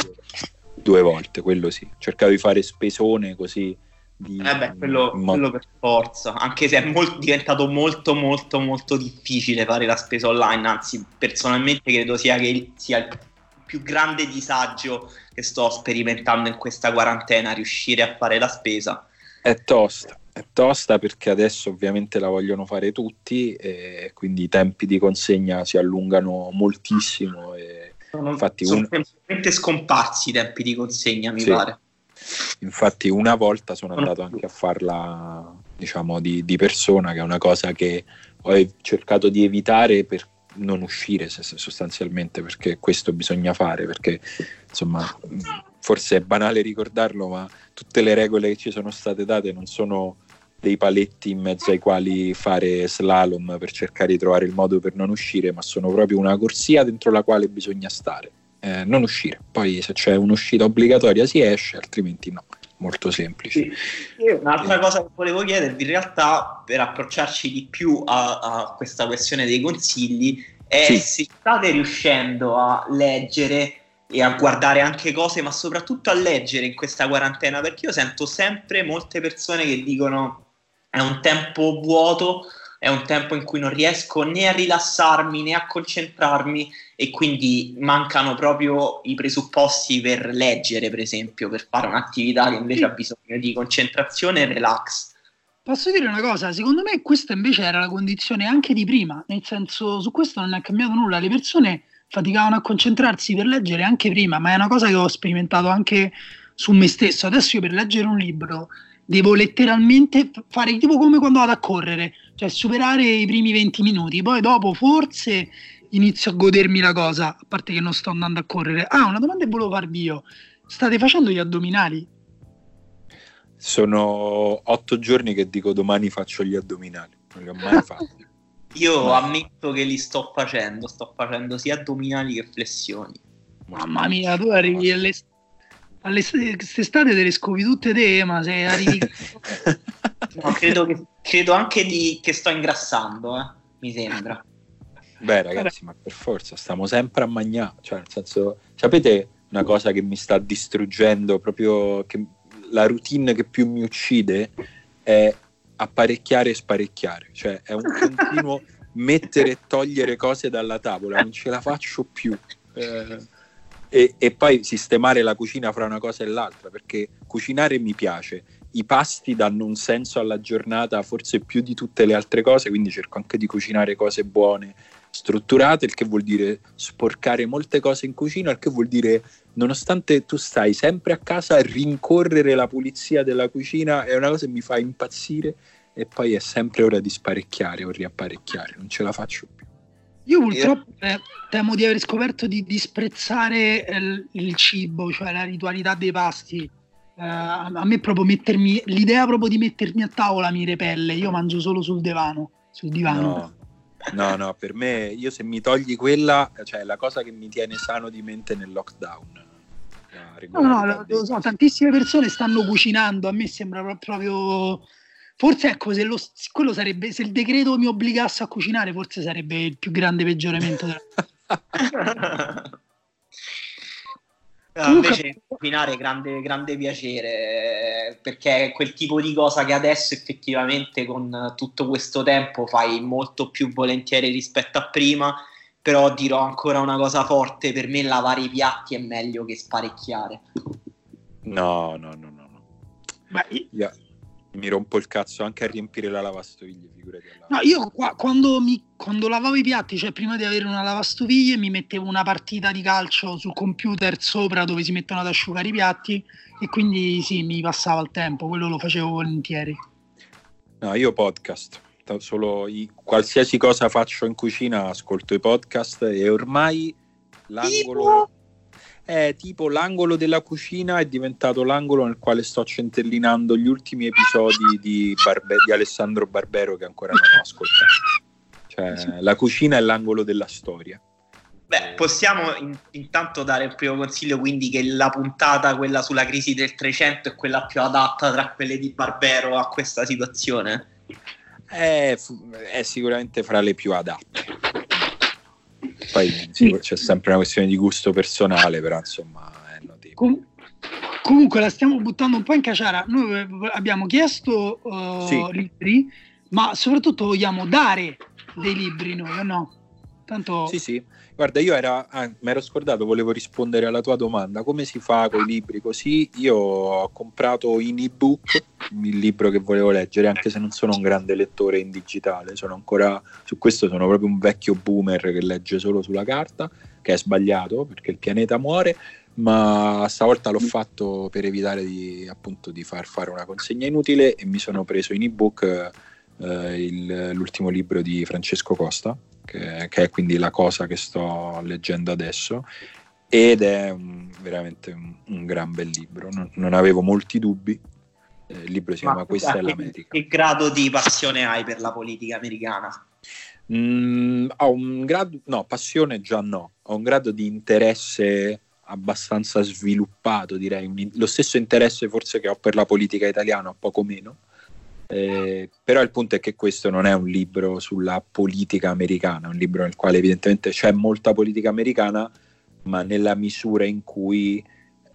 due volte, quello sì, ho cercato di fare spesone così di, eh beh, quello, mo- quello per forza, anche se è molto, diventato molto molto molto difficile fare la spesa online, anzi personalmente credo sia che sia il più grande disagio che sto sperimentando in questa quarantena, riuscire a fare la spesa. È tosta, è tosta perché adesso ovviamente la vogliono fare tutti e quindi i tempi di consegna si allungano moltissimo e sono, infatti sono un... semplicemente scomparsi i tempi di consegna, mi sì. pare. Infatti una volta sono andato anche a farla, diciamo, di, di persona, che è una cosa che ho cercato di evitare per non uscire sostanzialmente, perché questo bisogna fare, perché insomma forse è banale ricordarlo, ma tutte le regole che ci sono state date non sono dei paletti in mezzo ai quali fare slalom per cercare di trovare il modo per non uscire, ma sono proprio una corsia dentro la quale bisogna stare. Eh, non uscire, poi se c'è un'uscita obbligatoria si esce, altrimenti no, molto semplice. Sì. Io un'altra eh. cosa che volevo chiedervi in realtà, per approcciarci di più a, a questa questione dei consigli, è sì. se state riuscendo a leggere e a guardare anche cose, ma soprattutto a leggere in questa quarantena, perché io sento sempre molte persone che dicono è un tempo vuoto, è un tempo in cui non riesco né a rilassarmi né a concentrarmi, e quindi mancano proprio i presupposti per leggere, per esempio, per fare un'attività che invece ha bisogno di concentrazione e relax. Posso dire una cosa? Secondo me questa invece era la condizione anche di prima, nel senso, su questo non è cambiato nulla, le persone faticavano a concentrarsi per leggere anche prima, ma è una cosa che ho sperimentato anche su me stesso. Adesso io per leggere un libro devo letteralmente fare tipo come quando vado a correre, cioè superare i primi venti minuti, poi dopo forse inizio a godermi la cosa, a parte che non sto andando a correre. Ah, una domanda che volevo farvi io: state facendo gli addominali? Sono otto giorni che dico domani faccio gli addominali, non li ho mai fatti. Io Ma... ammetto che li sto facendo, sto facendo sia addominali che flessioni. Mamma mia, tu arrivi alle quest'estate te le scopi tutte te, ma se arrivi... no, credo, che, credo anche di, che sto ingrassando, eh, mi sembra. Beh ragazzi, ma per forza, stiamo sempre a mangiare, cioè nel senso, sapete una cosa che mi sta distruggendo, proprio che la routine che più mi uccide è apparecchiare e sparecchiare, cioè è un continuo mettere e togliere cose dalla tavola, non ce la faccio più. Eh, e, e poi sistemare la cucina fra una cosa e l'altra, perché cucinare mi piace, i pasti danno un senso alla giornata forse più di tutte le altre cose, quindi cerco anche di cucinare cose buone, strutturate, il che vuol dire sporcare molte cose in cucina, il che vuol dire, nonostante tu stai sempre a casa, rincorrere la pulizia della cucina è una cosa che mi fa impazzire, e poi è sempre ora di sparecchiare o riapparecchiare, non ce la faccio più. Io purtroppo eh, temo di aver scoperto di disprezzare il, il cibo, cioè la ritualità dei pasti. Uh, a me proprio mettermi, l'idea proprio di mettermi a tavola mi repelle. Io mangio solo sul divano, sul divano. No, no, no, per me, io se mi togli quella, cioè è la cosa che mi tiene sano di mente nel lockdown. No, no, lo, lo so, tantissime persone stanno cucinando, a me sembra proprio... Forse ecco, se, lo, quello sarebbe, se il decreto mi obbligasse a cucinare, forse sarebbe il più grande peggioramento della... No, invece cucinare grande, grande piacere, perché è quel tipo di cosa che adesso effettivamente con tutto questo tempo fai molto più volentieri rispetto a prima. Però dirò ancora una cosa forte: per me lavare i piatti è meglio che sparecchiare. No, no, no, no, no. Beh, io... Yeah. Mi rompo il cazzo anche a riempire la lavastoviglie, figurati. No, io qua, quando, mi, quando lavavo i piatti, cioè prima di avere una lavastoviglie, mi mettevo una partita di calcio sul computer sopra dove si mettono ad asciugare i piatti, e quindi sì, mi passava il tempo, quello lo facevo volentieri. No, io podcast. Solo i, qualsiasi cosa faccio in cucina ascolto i podcast, e ormai l'angolo è tipo l'angolo della cucina è diventato l'angolo nel quale sto centellinando gli ultimi episodi di, Barbe- di Alessandro Barbero che ancora non ho ascoltato. Cioè, la cucina è l'angolo della storia. Beh, possiamo in, intanto dare il primo consiglio, quindi, che la puntata, quella sulla crisi del Trecento, è quella più adatta tra quelle di Barbero a questa situazione. È, è sicuramente fra le più adatte. Poi sì, c'è sempre una questione di gusto personale, però insomma è notevole. Com- comunque la stiamo buttando un po' in caciara. Noi abbiamo chiesto uh, sì. libri, ma soprattutto vogliamo dare dei libri noi, o no? Tanto... Sì, sì. Guarda, io era, ah, mi ero scordato, volevo rispondere alla tua domanda: come si fa con i libri così? Io ho comprato in ebook il libro che volevo leggere, anche se non sono un grande lettore in digitale, sono ancora, su questo sono proprio un vecchio boomer che legge solo sulla carta, che è sbagliato perché il pianeta muore, ma stavolta l'ho fatto per evitare di, appunto, di far fare una consegna inutile, e mi sono preso in ebook eh, il, l'ultimo libro di Francesco Costa, Che, che è quindi La cosa che sto leggendo adesso, ed è un, veramente un, un gran bel libro. Non, non avevo molti dubbi. Eh, il libro si Ma chiama Questa è l'America. Che grado di passione hai per la politica americana? Mm, ho un grado, no, passione già no, ho un grado di interesse abbastanza sviluppato, direi. Un, lo stesso interesse forse che ho per la politica italiana, poco meno. Eh, però il punto è che questo non è un libro sulla politica americana, è un libro nel quale evidentemente c'è molta politica americana, ma nella misura in cui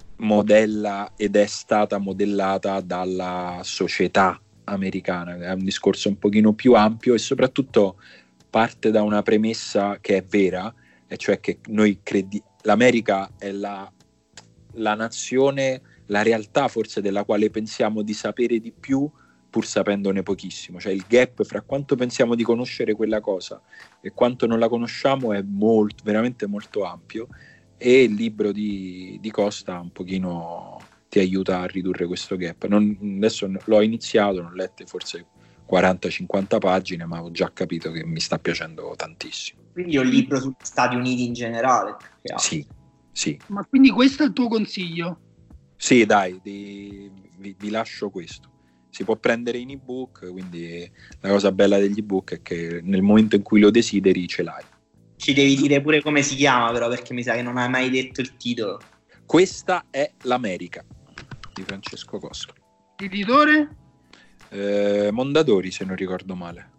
modella ed è stata modellata dalla società americana. È un discorso un pochino più ampio, e soprattutto parte da una premessa che è vera, e cioè che noi credi- l'America è la, la nazione, la realtà forse della quale pensiamo di sapere di più, pur sapendone pochissimo. Cioè il gap fra quanto pensiamo di conoscere quella cosa e quanto non la conosciamo è molto, veramente molto ampio, e il libro di, di Costa un pochino ti aiuta a ridurre questo gap. Non, adesso l'ho iniziato, non ho lette forse quaranta cinquanta pagine, ma ho già capito che mi sta piacendo tantissimo. Quindi è un libro sugli Stati Uniti in generale? Sì, sì. Ma quindi questo è il tuo consiglio? Sì, dai, di, vi, vi lascio questo. Si può prendere in ebook, quindi la cosa bella degli ebook è che nel momento in cui lo desideri ce l'hai. Ci devi dire pure come si chiama, però, perché mi sa che non hai mai detto il titolo. Questa è l'America di Francesco Costa. Editore? Eh, Mondadori, se non ricordo male.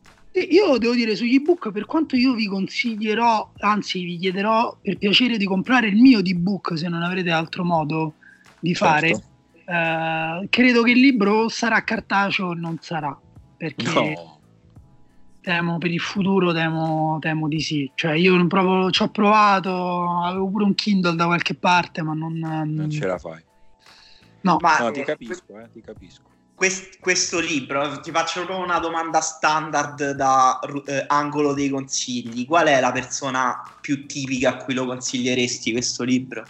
Io devo dire, sugli ebook, per quanto io vi consiglierò, anzi vi chiederò per piacere di comprare il mio ebook, se non avrete altro modo di fare. Certo. Uh, credo che il libro sarà cartaceo, non sarà, perché no. temo per il futuro, temo, temo di sì. Cioè io non proprio ci ho provato, avevo pure un Kindle da qualche parte, ma non, non ce la fai. No, ma no, ti capisco, eh, ti capisco. Quest, questo libro, ti faccio proprio una domanda standard da eh, angolo dei consigli: qual è la persona più tipica a cui lo consiglieresti questo libro?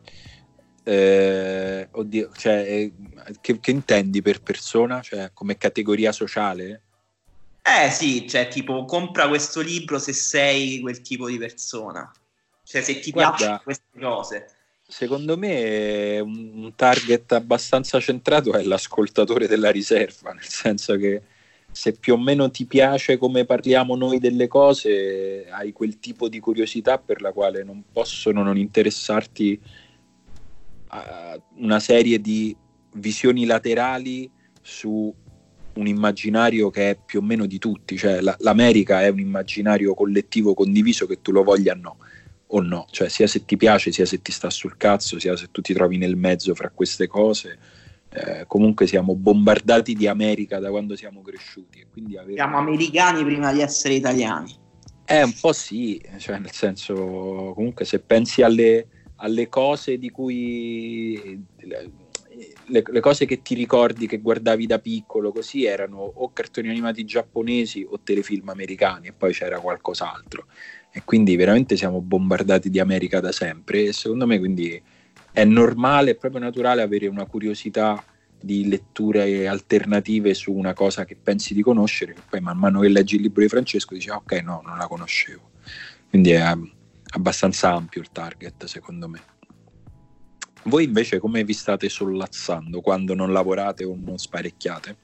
Eh, oddio, cioè, eh, che, che intendi per persona? Cioè, come categoria sociale? Eh sì, cioè tipo compra questo libro se sei quel tipo di persona, cioè se ti Guarda, piacciono queste cose. Secondo me un, un target abbastanza centrato è l'ascoltatore della riserva, nel senso che se più o meno ti piace come parliamo noi delle cose, hai quel tipo di curiosità per la quale non possono non interessarti uh, una serie di visioni laterali su un immaginario che è più o meno di tutti, cioè la, l'America è un immaginario collettivo condiviso, che tu lo voglia no o no, cioè sia se ti piace, sia se ti sta sul cazzo, sia se tu ti trovi nel mezzo fra queste cose, eh, comunque siamo bombardati di America da quando siamo cresciuti, e quindi avere... siamo americani prima di essere italiani. Eh, un po' sì, cioè nel senso, comunque se pensi alle, alle cose di cui... Le, le cose che ti ricordi che guardavi da piccolo così erano o cartoni animati giapponesi o telefilm americani, e poi c'era qualcos'altro, e quindi veramente siamo bombardati di America da sempre, e secondo me quindi è normale, è proprio naturale avere una curiosità di letture alternative su una cosa che pensi di conoscere, che poi man mano che leggi il libro di Francesco dici ah, ok, no, non la conoscevo, quindi è abbastanza ampio il target secondo me. Voi invece come vi state sollazzando quando non lavorate o non sparecchiate?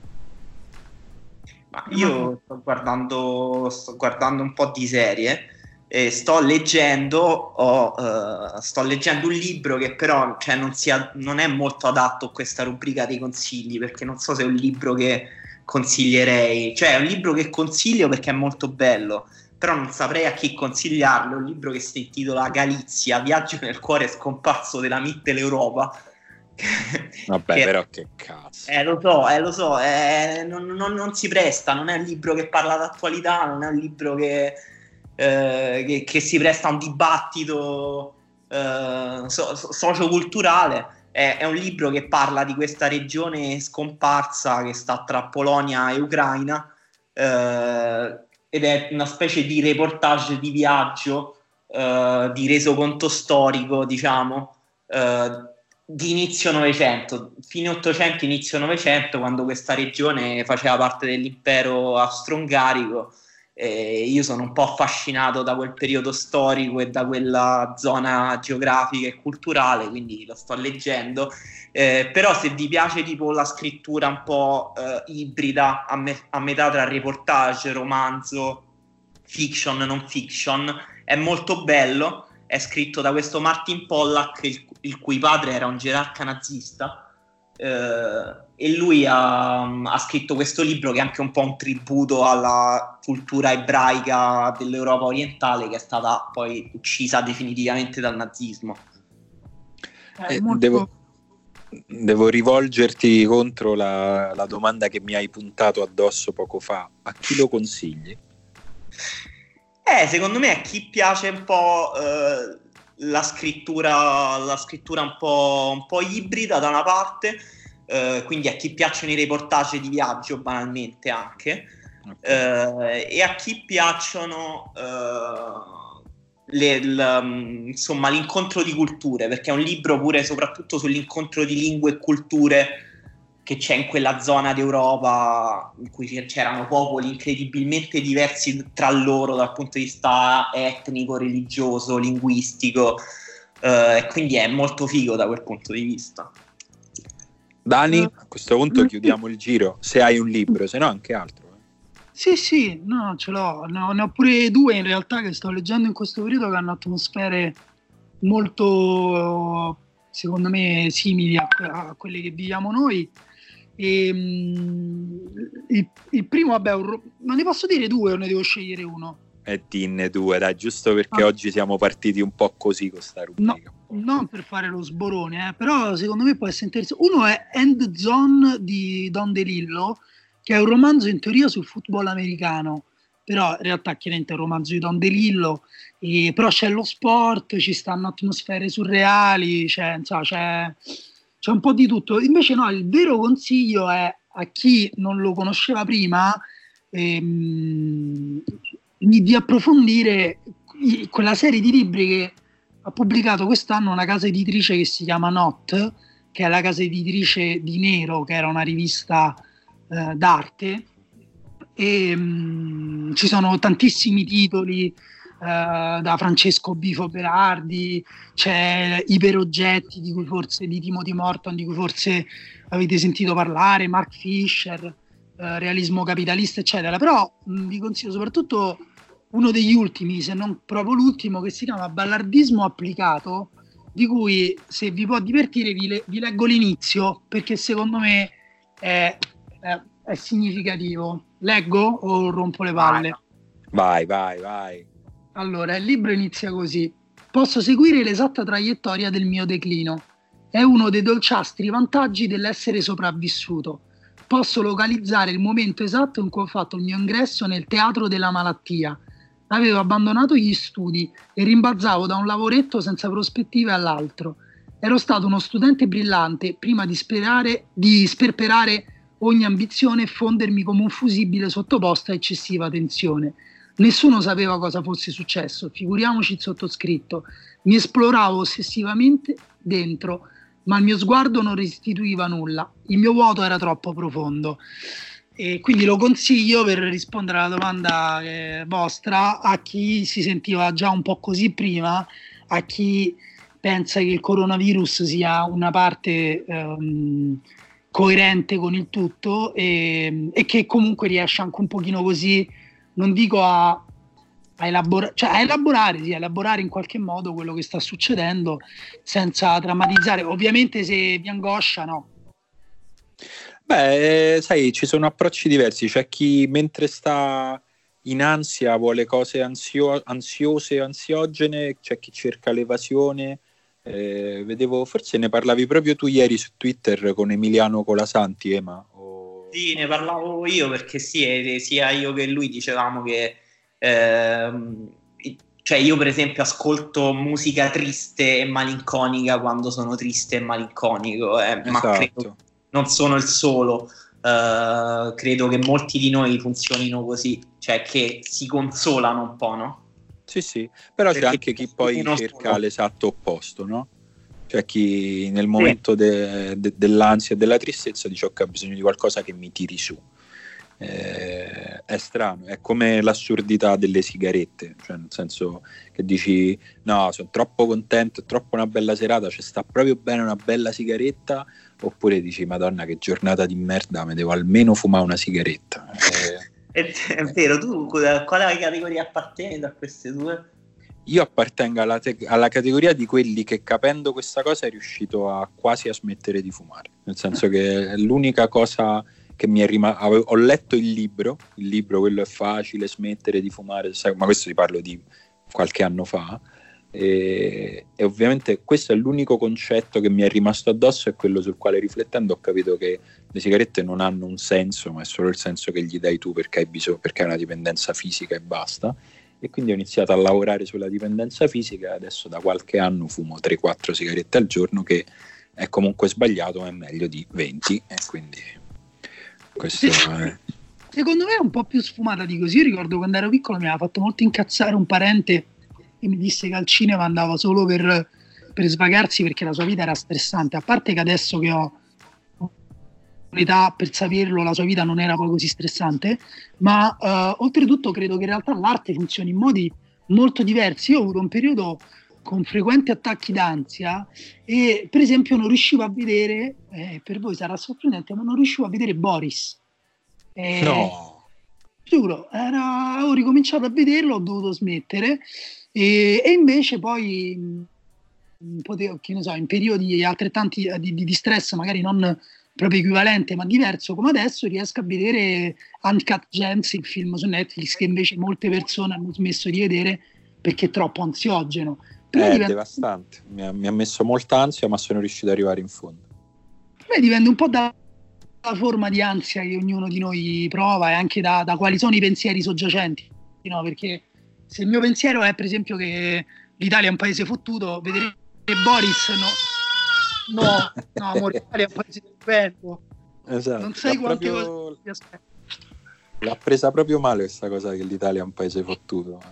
Ma io sto guardando, sto guardando un po' di serie e sto leggendo, ho, uh, sto leggendo un libro che però cioè, non, sia, non è molto adatto a questa rubrica dei consigli, perché non so se è un libro che consiglierei, cioè è un libro che consiglio perché è molto bello, però non saprei a chi consigliarlo. È un libro che si intitola Galizia, viaggio nel cuore scomparso della Mitteleuropa. Vabbè, che, però che cazzo. Eh, lo so, eh, lo so, eh, non, non, non si presta, non è un libro che parla d'attualità, non è un libro che, eh, che, che si presta a un dibattito eh, so, so, socioculturale. È, è un libro che parla di questa regione scomparsa che sta tra Polonia e Ucraina, eh, ed è una specie di reportage di viaggio, uh, di resoconto storico, diciamo, uh, di inizio Novecento, fine Ottocento, inizio Novecento, quando questa regione faceva parte dell'impero austro-ungarico. E io sono un po' affascinato da quel periodo storico e da quella zona geografica e culturale, quindi lo sto leggendo. Eh, però se vi piace tipo la scrittura un po' eh, ibrida, a, me- a metà tra reportage, romanzo, fiction, non fiction, è molto bello. È scritto da questo Martin Pollack, il, il cui padre era un gerarca nazista, eh, e lui ha, ha scritto questo libro che è anche un po' un tributo alla cultura ebraica dell'Europa orientale, che è stata poi uccisa definitivamente dal nazismo. Eh, molto... devo, devo rivolgerti contro la, la domanda che mi hai puntato addosso poco fa. A chi lo consigli? Eh, secondo me a chi piace un po' eh, la scrittura, la scrittura un po', un po' ibrida da una parte, eh, quindi a chi piacciono i reportage di viaggio banalmente anche, okay. eh, e a chi piacciono eh, le, l, insomma l'incontro di culture, perché è un libro pure soprattutto sull'incontro di lingue e culture che c'è in quella zona d'Europa in cui c'erano popoli incredibilmente diversi tra loro dal punto di vista etnico, religioso, linguistico, eh, e quindi è molto figo da quel punto di vista. Dani, a questo punto chiudiamo il giro, se hai un libro, se no anche altro. Eh. Sì, sì, no, ce l'ho, ne ho, ne ho pure due in realtà che sto leggendo in questo periodo, che hanno atmosfere molto, secondo me, simili a, a quelle che viviamo noi. E, um, il, il primo, vabbè, un, ma ne posso dire due o ne devo scegliere uno? E dinne due, dai, giusto perché ah. oggi siamo partiti un po' così con sta rubrica. No, non per fare lo sborone, eh, però secondo me può essere interessante. Uno è End Zone di Don DeLillo, che è un romanzo in teoria sul football americano, però in realtà chiaramente è un romanzo di Don DeLillo, e, però c'è lo sport, ci stanno atmosfere surreali, c'è, insomma, c'è... c'è un po' di tutto. Invece no, il vero consiglio è a chi non lo conosceva prima ehm, di approfondire quella serie di libri che ha pubblicato quest'anno una casa editrice che si chiama Not, che è la casa editrice di Nero, che era una rivista eh, d'arte, e mh, ci sono tantissimi titoli, Uh, da Francesco Bifo Berardi, c'è Iperoggetti di cui forse di Timothy Morton, di cui forse avete sentito parlare, Mark Fisher, uh, Realismo capitalista eccetera, però mh, vi consiglio soprattutto uno degli ultimi, se non proprio l'ultimo, che si chiama Ballardismo applicato, di cui, se vi può divertire, vi, le- vi leggo l'inizio, perché secondo me è, è- è significativo. Leggo o rompo le palle? Vai, vai, vai. Allora, il libro inizia così. Posso seguire l'esatta traiettoria del mio declino. È uno dei dolciastri vantaggi dell'essere sopravvissuto. Posso localizzare il momento esatto in cui ho fatto il mio ingresso nel teatro della malattia. Avevo abbandonato gli studi e rimbalzavo da un lavoretto senza prospettive all'altro. Ero stato uno studente brillante prima di, sperare, di sperperare ogni ambizione e fondermi come un fusibile sottoposto a eccessiva tensione. Nessuno sapeva cosa fosse successo, figuriamoci il sottoscritto. Mi esploravo ossessivamente dentro, ma il mio sguardo non restituiva nulla. Il mio vuoto era troppo profondo. E quindi lo consiglio, per rispondere alla domanda eh, vostra, a chi si sentiva già un po' così prima, a chi pensa che il coronavirus sia una parte ehm, coerente con il tutto e, e che comunque riesce anche un pochino così, non dico a, a, elabora- cioè a elaborare, sì, a elaborare in qualche modo quello che sta succedendo senza drammatizzare. Ovviamente se vi angoscia, no. Beh, eh, sai, ci sono approcci diversi. C'è chi mentre sta in ansia vuole cose ansio- ansiose e ansiogene, c'è chi cerca l'evasione. Eh, vedevo, forse ne parlavi proprio tu ieri su Twitter con Emiliano Colasanti, Ema. O... Sì, ne parlavo io perché sì, eh, sia io che lui dicevamo che ehm, cioè io per esempio ascolto musica triste e malinconica quando sono triste e malinconico, eh, Esatto. ma credo non sono il solo, uh, credo che molti di noi funzionino così, cioè che si consolano un po', no? Sì, sì, però Perché c'è anche chi poi cerca solo. l'esatto opposto, no? Cioè chi nel momento sì. de, de, dell'ansia e della tristezza dice ok, ho bisogno di qualcosa che mi tiri su. Eh, è strano, è come l'assurdità delle sigarette, cioè nel senso che dici no, sono troppo contento, è troppo una bella serata, ci sta proprio bene una bella sigaretta, oppure dici madonna che giornata di merda, mi devo almeno fumare una sigaretta. Eh, è, è vero, tu quale categoria appartieni da queste due? Io appartengo alla, te- alla categoria di quelli che, capendo questa cosa, è riuscito a quasi a smettere di fumare, nel senso che è l'unica cosa che mi è rimasto. Ho letto il libro, il libro quello è facile smettere di fumare, sai, ma questo ti parlo di qualche anno fa, e, e ovviamente questo è l'unico concetto che mi è rimasto addosso, è quello sul quale riflettendo ho capito che le sigarette non hanno un senso, ma è solo il senso che gli dai tu perché hai bisogno, perché hai una dipendenza fisica e basta. E quindi ho iniziato a lavorare sulla dipendenza fisica e adesso da qualche anno fumo tre quattro sigarette al giorno, che è comunque sbagliato, ma è meglio di venti, e quindi questo è... Secondo me è un po' più sfumata di così. Io ricordo quando ero piccolo mi aveva fatto molto incazzare un parente che mi disse che al cinema andava solo per, per svagarsi perché la sua vita era stressante, a parte che adesso che ho un'età per saperlo la sua vita non era poi così stressante, ma uh, oltretutto credo che in realtà l'arte funzioni in modi molto diversi. Io ho avuto un periodo con frequenti attacchi d'ansia e per esempio non riuscivo a vedere, eh, per voi sarà sorprendente, ma non riuscivo a vedere Boris. Eh, no, giuro, era, ho ricominciato a vederlo, ho dovuto smettere e, e invece poi potevo, che ne so, in periodi altrettanti di, di, di stress, magari non proprio equivalente ma diverso come adesso, riesco a vedere Uncut Gems, il film su Netflix che invece molte persone hanno smesso di vedere perché è troppo ansiogeno. Però è diventa... devastante, mi ha, mi ha messo molta ansia, ma sono riuscito ad arrivare in fondo. Beh, dipende un po' dalla forma di ansia che ognuno di noi prova e anche da, da quali sono i pensieri soggiacenti, no? Perché se il mio pensiero è per esempio che l'Italia è un paese fottuto, vedere Boris no, no, no amore, l'Italia è un paese stupendo. Esatto. Non sai l'ha quante proprio... cose ti aspetta. L'ha presa proprio male questa cosa che l'Italia è un paese fottuto.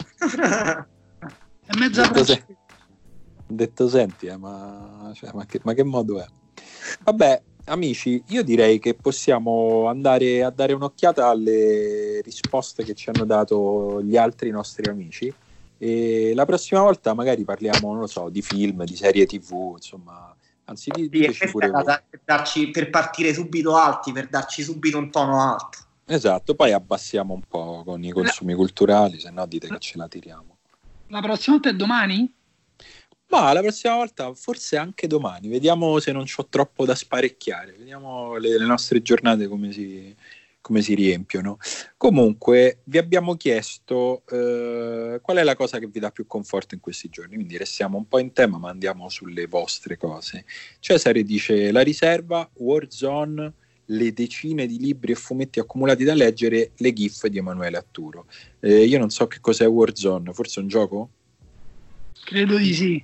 È mezza detto, se... detto senti, eh, ma... Cioè, ma, che... ma che modo è? Vabbè, amici, io direi che possiamo andare a dare un'occhiata alle risposte che ci hanno dato gli altri nostri amici, e la prossima volta magari parliamo, non lo so, di film, di serie tv, insomma, anzi di, diteci sì, pure voi. Per, darci, per partire subito alti, per darci subito un tono alto. Esatto, poi abbassiamo un po' con i consumi culturali, se no dite che ce la tiriamo. La prossima volta è domani? Ma la prossima volta, forse anche domani, vediamo se non c'ho troppo da sparecchiare, vediamo le, le nostre giornate come si, come si riempiono. Comunque vi abbiamo chiesto eh, qual è la cosa che vi dà più conforto in questi giorni, quindi restiamo un po' in tema ma andiamo sulle vostre cose. Cesare dice la riserva, Warzone, le decine di libri e fumetti accumulati da leggere, le gif di Emanuele Atturo. Eh, io non so che cos'è Warzone, forse è un gioco? Credo di sì.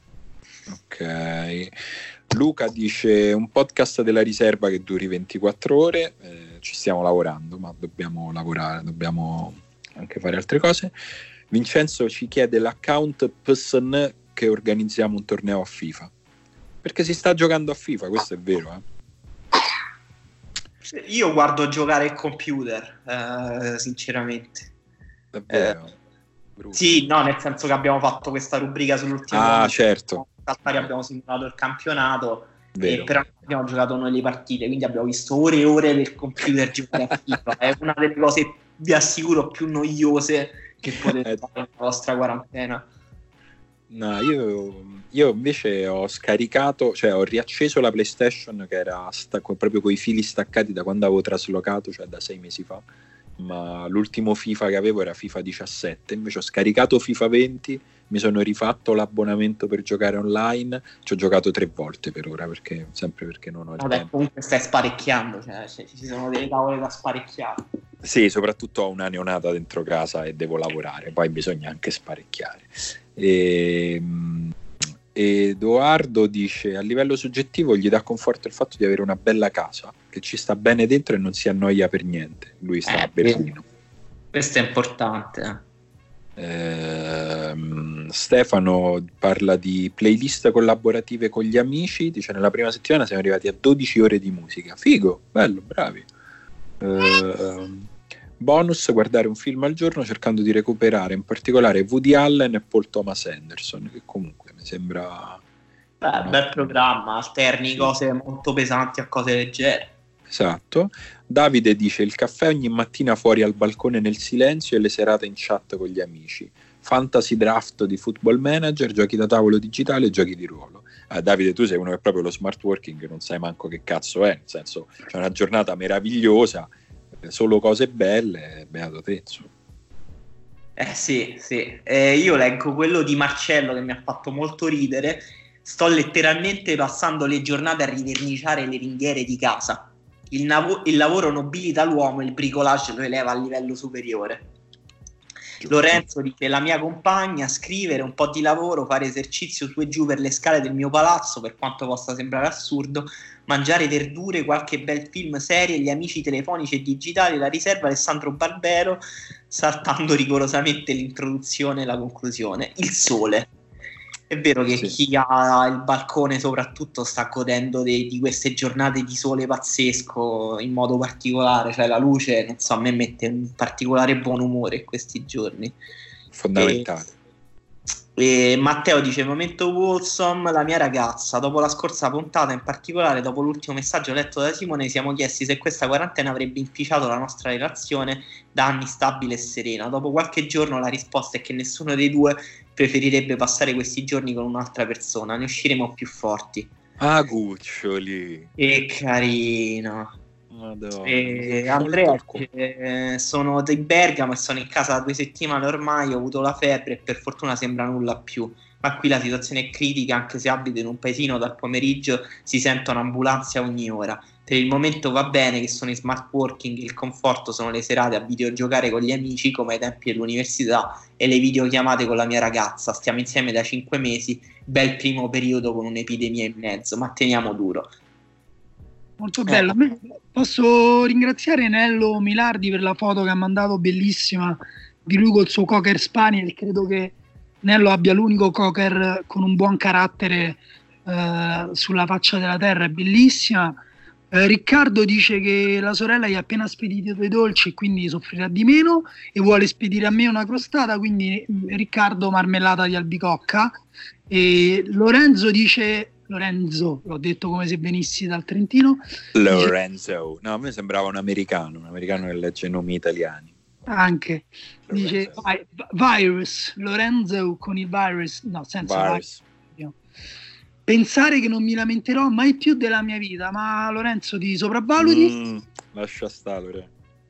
Ok. Luca dice un podcast della riserva che duri ventiquattro ore, eh, ci stiamo lavorando, ma dobbiamo lavorare, dobbiamo anche fare altre cose. Vincenzo ci chiede l'account P S N che organizziamo un torneo a FIFA, perché si sta giocando a FIFA, questo è vero, eh? Io guardo giocare il computer, eh, sinceramente. Davvero? Eh, sì, no, nel senso che abbiamo fatto questa rubrica sull'ultimo Ah, anno, certo. abbiamo simulato il campionato, Vero. e però abbiamo giocato noi le partite, quindi abbiamo visto ore e ore del computer giocare a FIFA. È una delle cose, vi assicuro, più noiose che potete fare nella vostra quarantena. No, io, io invece ho scaricato, cioè ho riacceso la PlayStation che era stacco, proprio coi fili staccati da quando avevo traslocato, cioè da sei mesi fa, ma l'ultimo FIFA che avevo era FIFA diciassette, invece ho scaricato FIFA venti, mi sono rifatto l'abbonamento per giocare online, ci ho giocato tre volte per ora, perché sempre perché non ho il Vabbè, tempo. comunque stai sparecchiando, cioè, cioè ci sono delle tavole da sparecchiare. Sì, soprattutto ho una neonata dentro casa e devo lavorare, poi bisogna anche sparecchiare. E, Edoardo dice a livello soggettivo gli dà conforto il fatto di avere una bella casa che ci sta bene dentro e non si annoia per niente. Lui sta Eh, a Berlino. Questo è importante. Ehm, Stefano parla di playlist collaborative con gli amici, dice nella prima settimana siamo arrivati a dodici ore di musica. Figo, bello, bravi. Ehm, bonus, guardare un film al giorno cercando di recuperare in particolare Woody Allen e Paul Thomas Anderson, che comunque mi sembra Beh, bel programma, alterni cose molto pesanti a cose leggere. Esatto. Davide dice il caffè ogni mattina fuori al balcone nel silenzio e le serate in chat con gli amici, fantasy draft di Football Manager, giochi da tavolo digitale e giochi di ruolo. Ah, Davide, tu sei uno che proprio lo smart working non sai manco che cazzo è, nel senso c'è una giornata meravigliosa, solo cose belle, beato te. Eh sì, sì. Eh, io leggo quello di Marcello che mi ha fatto molto ridere. Sto letteralmente passando le giornate a riverniciare le ringhiere di casa. Il, nav- il lavoro nobilita l'uomo e il bricolage lo eleva a livello superiore. Lorenzo dice la mia compagna, scrivere, un po' di lavoro, fare esercizio su e giù per le scale del mio palazzo, per quanto possa sembrare assurdo, mangiare verdure, qualche bel film, serie, gli amici telefonici e digitali, la riserva, Alessandro Barbero, saltando rigorosamente l'introduzione e la conclusione. Il sole. È vero che sì. Chi ha il balcone soprattutto sta godendo de- di queste giornate di sole pazzesco in modo particolare, cioè la luce, non so, a me mette un particolare buon umore in questi giorni. Fondamentale. E, e Matteo dice momento wholesome, la mia ragazza, dopo la scorsa puntata, in particolare dopo l'ultimo messaggio letto da Simone, siamo chiesti se questa quarantena avrebbe inficiato la nostra relazione da anni stabile e serena. Dopo qualche giorno la risposta è che nessuno dei due preferirebbe passare questi giorni con un'altra persona, ne usciremo più forti. Ah, cuccioli, che carino. Madonna. E Andrea eh, sono di Bergamo e sono in casa da due settimane ormai, ho avuto la febbre e per fortuna sembra nulla più, ma qui la situazione è critica, anche se abito in un paesino, dal pomeriggio si sentono ambulanze a ogni ora. Per il momento va bene che sono in smart working, il conforto sono le serate a videogiocare con gli amici come ai tempi dell'università e le videochiamate con la mia ragazza. Stiamo insieme da cinque mesi, bel primo periodo con un'epidemia in mezzo, ma teniamo duro. Molto bello. Eh. Posso ringraziare Nello Milardi per la foto che ha mandato, bellissima, di lui col suo cocker spaniel. Credo che Nello abbia l'unico cocker con un buon carattere eh, sulla faccia della terra, è bellissima. Eh, Riccardo dice che la sorella gli ha appena spedito dei dolci e quindi soffrirà di meno e vuole spedire a me una crostata, quindi Riccardo marmellata di albicocca. E Lorenzo dice Lorenzo, l'ho detto come se venissi dal Trentino. Lorenzo, no, a me sembrava un americano, un americano che legge nomi italiani. Anche dice virus, Lorenzo con il virus, no, senza virus. Pensare che non mi lamenterò mai più della mia vita, ma Lorenzo ti sopravvaluti? Mm, lascia stare, Lorenzo.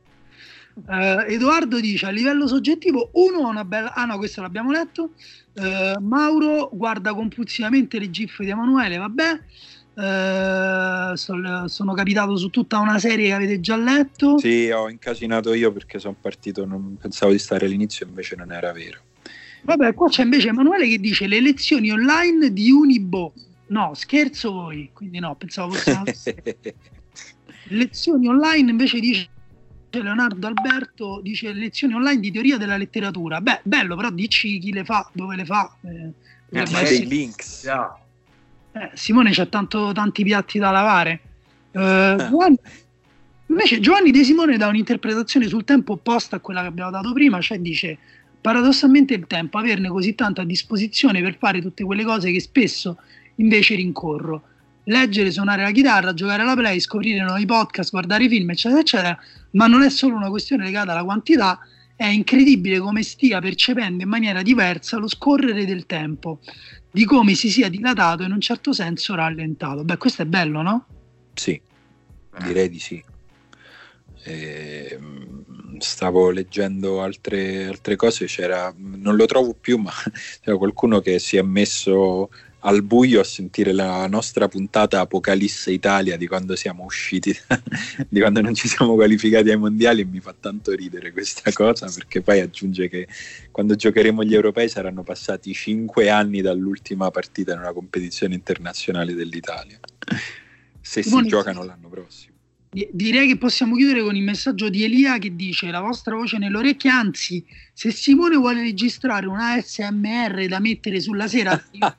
Uh, Edoardo dice a livello soggettivo uno una bella ah no questo l'abbiamo letto. uh, Mauro guarda compulsivamente le gif di Emanuele, vabbè. uh, so, sono capitato su tutta una serie che avete già letto. Sì, ho incasinato io perché sono partito, non pensavo di stare all'inizio, invece non era vero. Vabbè, qua c'è invece Emanuele che dice le lezioni online di Unibo. No, scherzo voi, quindi no, pensavo fosse una... lezioni online invece dice Leonardo Alberto, dice lezioni online di teoria della letteratura. Beh, bello, però dici chi le fa, dove le fa. Eh, eh, c'è dei links. Yeah. Eh, Simone c'ha tanto, tanti piatti da lavare. Eh, Giovanni, invece Giovanni De Simone dà un'interpretazione sul tempo opposta a quella che abbiamo dato prima, cioè dice paradossalmente il tempo, averne così tanto a disposizione per fare tutte quelle cose che spesso invece rincorro. Leggere, suonare la chitarra, giocare alla play, scoprire nuovi podcast, guardare film, eccetera, eccetera, ma non è solo una questione legata alla quantità, è incredibile come stia percependo in maniera diversa lo scorrere del tempo, di come si sia dilatato e in un certo senso rallentato. Beh, questo è bello, no? Sì, direi di sì. E, stavo leggendo altre, altre cose, c'era, non lo trovo più, ma c'era qualcuno che si è messo al buio a sentire la nostra puntata Apocalisse Italia di quando siamo usciti, di quando non ci siamo qualificati ai mondiali, e mi fa tanto ridere questa cosa, perché poi aggiunge che quando giocheremo gli europei saranno passati cinque anni dall'ultima partita in una competizione internazionale dell'Italia, se si giocano l'anno prossimo. Direi che possiamo chiudere con il messaggio di Elia che dice: la vostra voce nelle orecchie, anzi, se Simone vuole registrare un A S M R da mettere sulla sera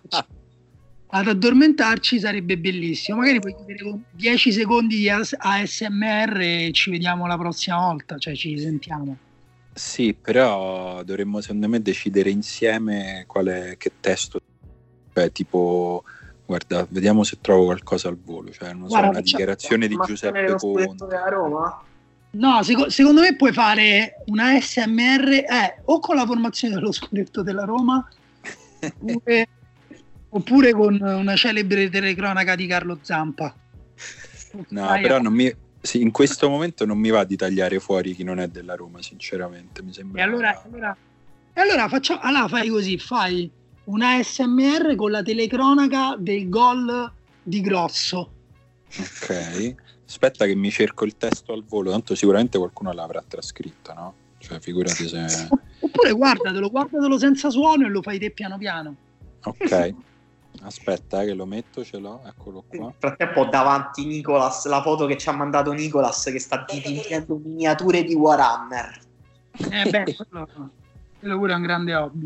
ad addormentarci sarebbe bellissimo. Magari puoi chiudere con dieci secondi di A S M R e ci vediamo la prossima volta, cioè ci sentiamo. Sì, però dovremmo secondo me decidere insieme quale, che testo, cioè tipo, guarda, vediamo se trovo qualcosa al volo, cioè non so, guarda, una dichiarazione di Giuseppe Conte a Roma? No, sec- secondo me puoi fare una A S M R eh, o con la formazione dello scudetto della Roma oppure, oppure con una celebre telecronaca di Carlo Zampa. No, ah, però non mi, sì, in questo momento non mi va di tagliare fuori chi non è della Roma, sinceramente, mi sembra. E allora, allora, e allora, facciamo, allora fai così, fai una A S M R con la telecronaca del gol di Grosso. Ok, aspetta che mi cerco il testo al volo, tanto sicuramente qualcuno l'avrà trascritto, no? Cioè figurati se... Oppure guardatelo, guardatelo senza suono e lo fai te piano piano. Ok, aspetta eh, che lo metto, ce l'ho, eccolo qua. Nel frattempo ho davanti Nicolas, la foto che ci ha mandato Nicolas che sta dipingendo miniature di Warhammer. Eh beh, quello, quello pure è un grande hobby.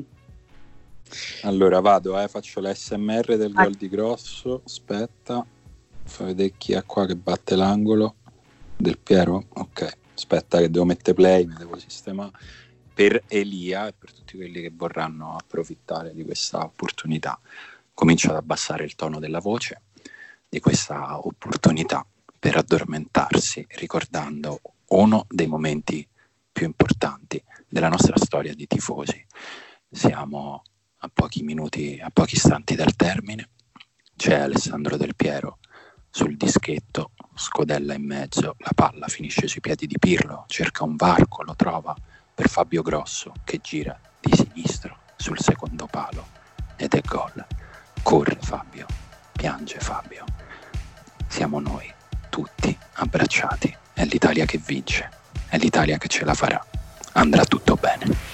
Allora vado, eh, faccio l'A S M R del gol di Grosso, aspetta, fai vedere chi è qua che batte l'angolo, Del Piero, ok, aspetta che devo mettere play, mi devo sistemare. Per Elia e per tutti quelli che vorranno approfittare di questa opportunità, comincio ad abbassare il tono della voce, di questa opportunità per addormentarsi, ricordando uno dei momenti più importanti della nostra storia di tifosi. Siamo a pochi minuti, a pochi istanti dal termine, c'è Alessandro Del Piero sul dischetto, scodella in mezzo, la palla finisce sui piedi di Pirlo, cerca un varco, lo trova per Fabio Grosso che gira di sinistro sul secondo palo ed è gol. Corre Fabio, piange Fabio, siamo noi tutti abbracciati, è l'Italia che vince, è l'Italia che ce la farà, andrà tutto bene.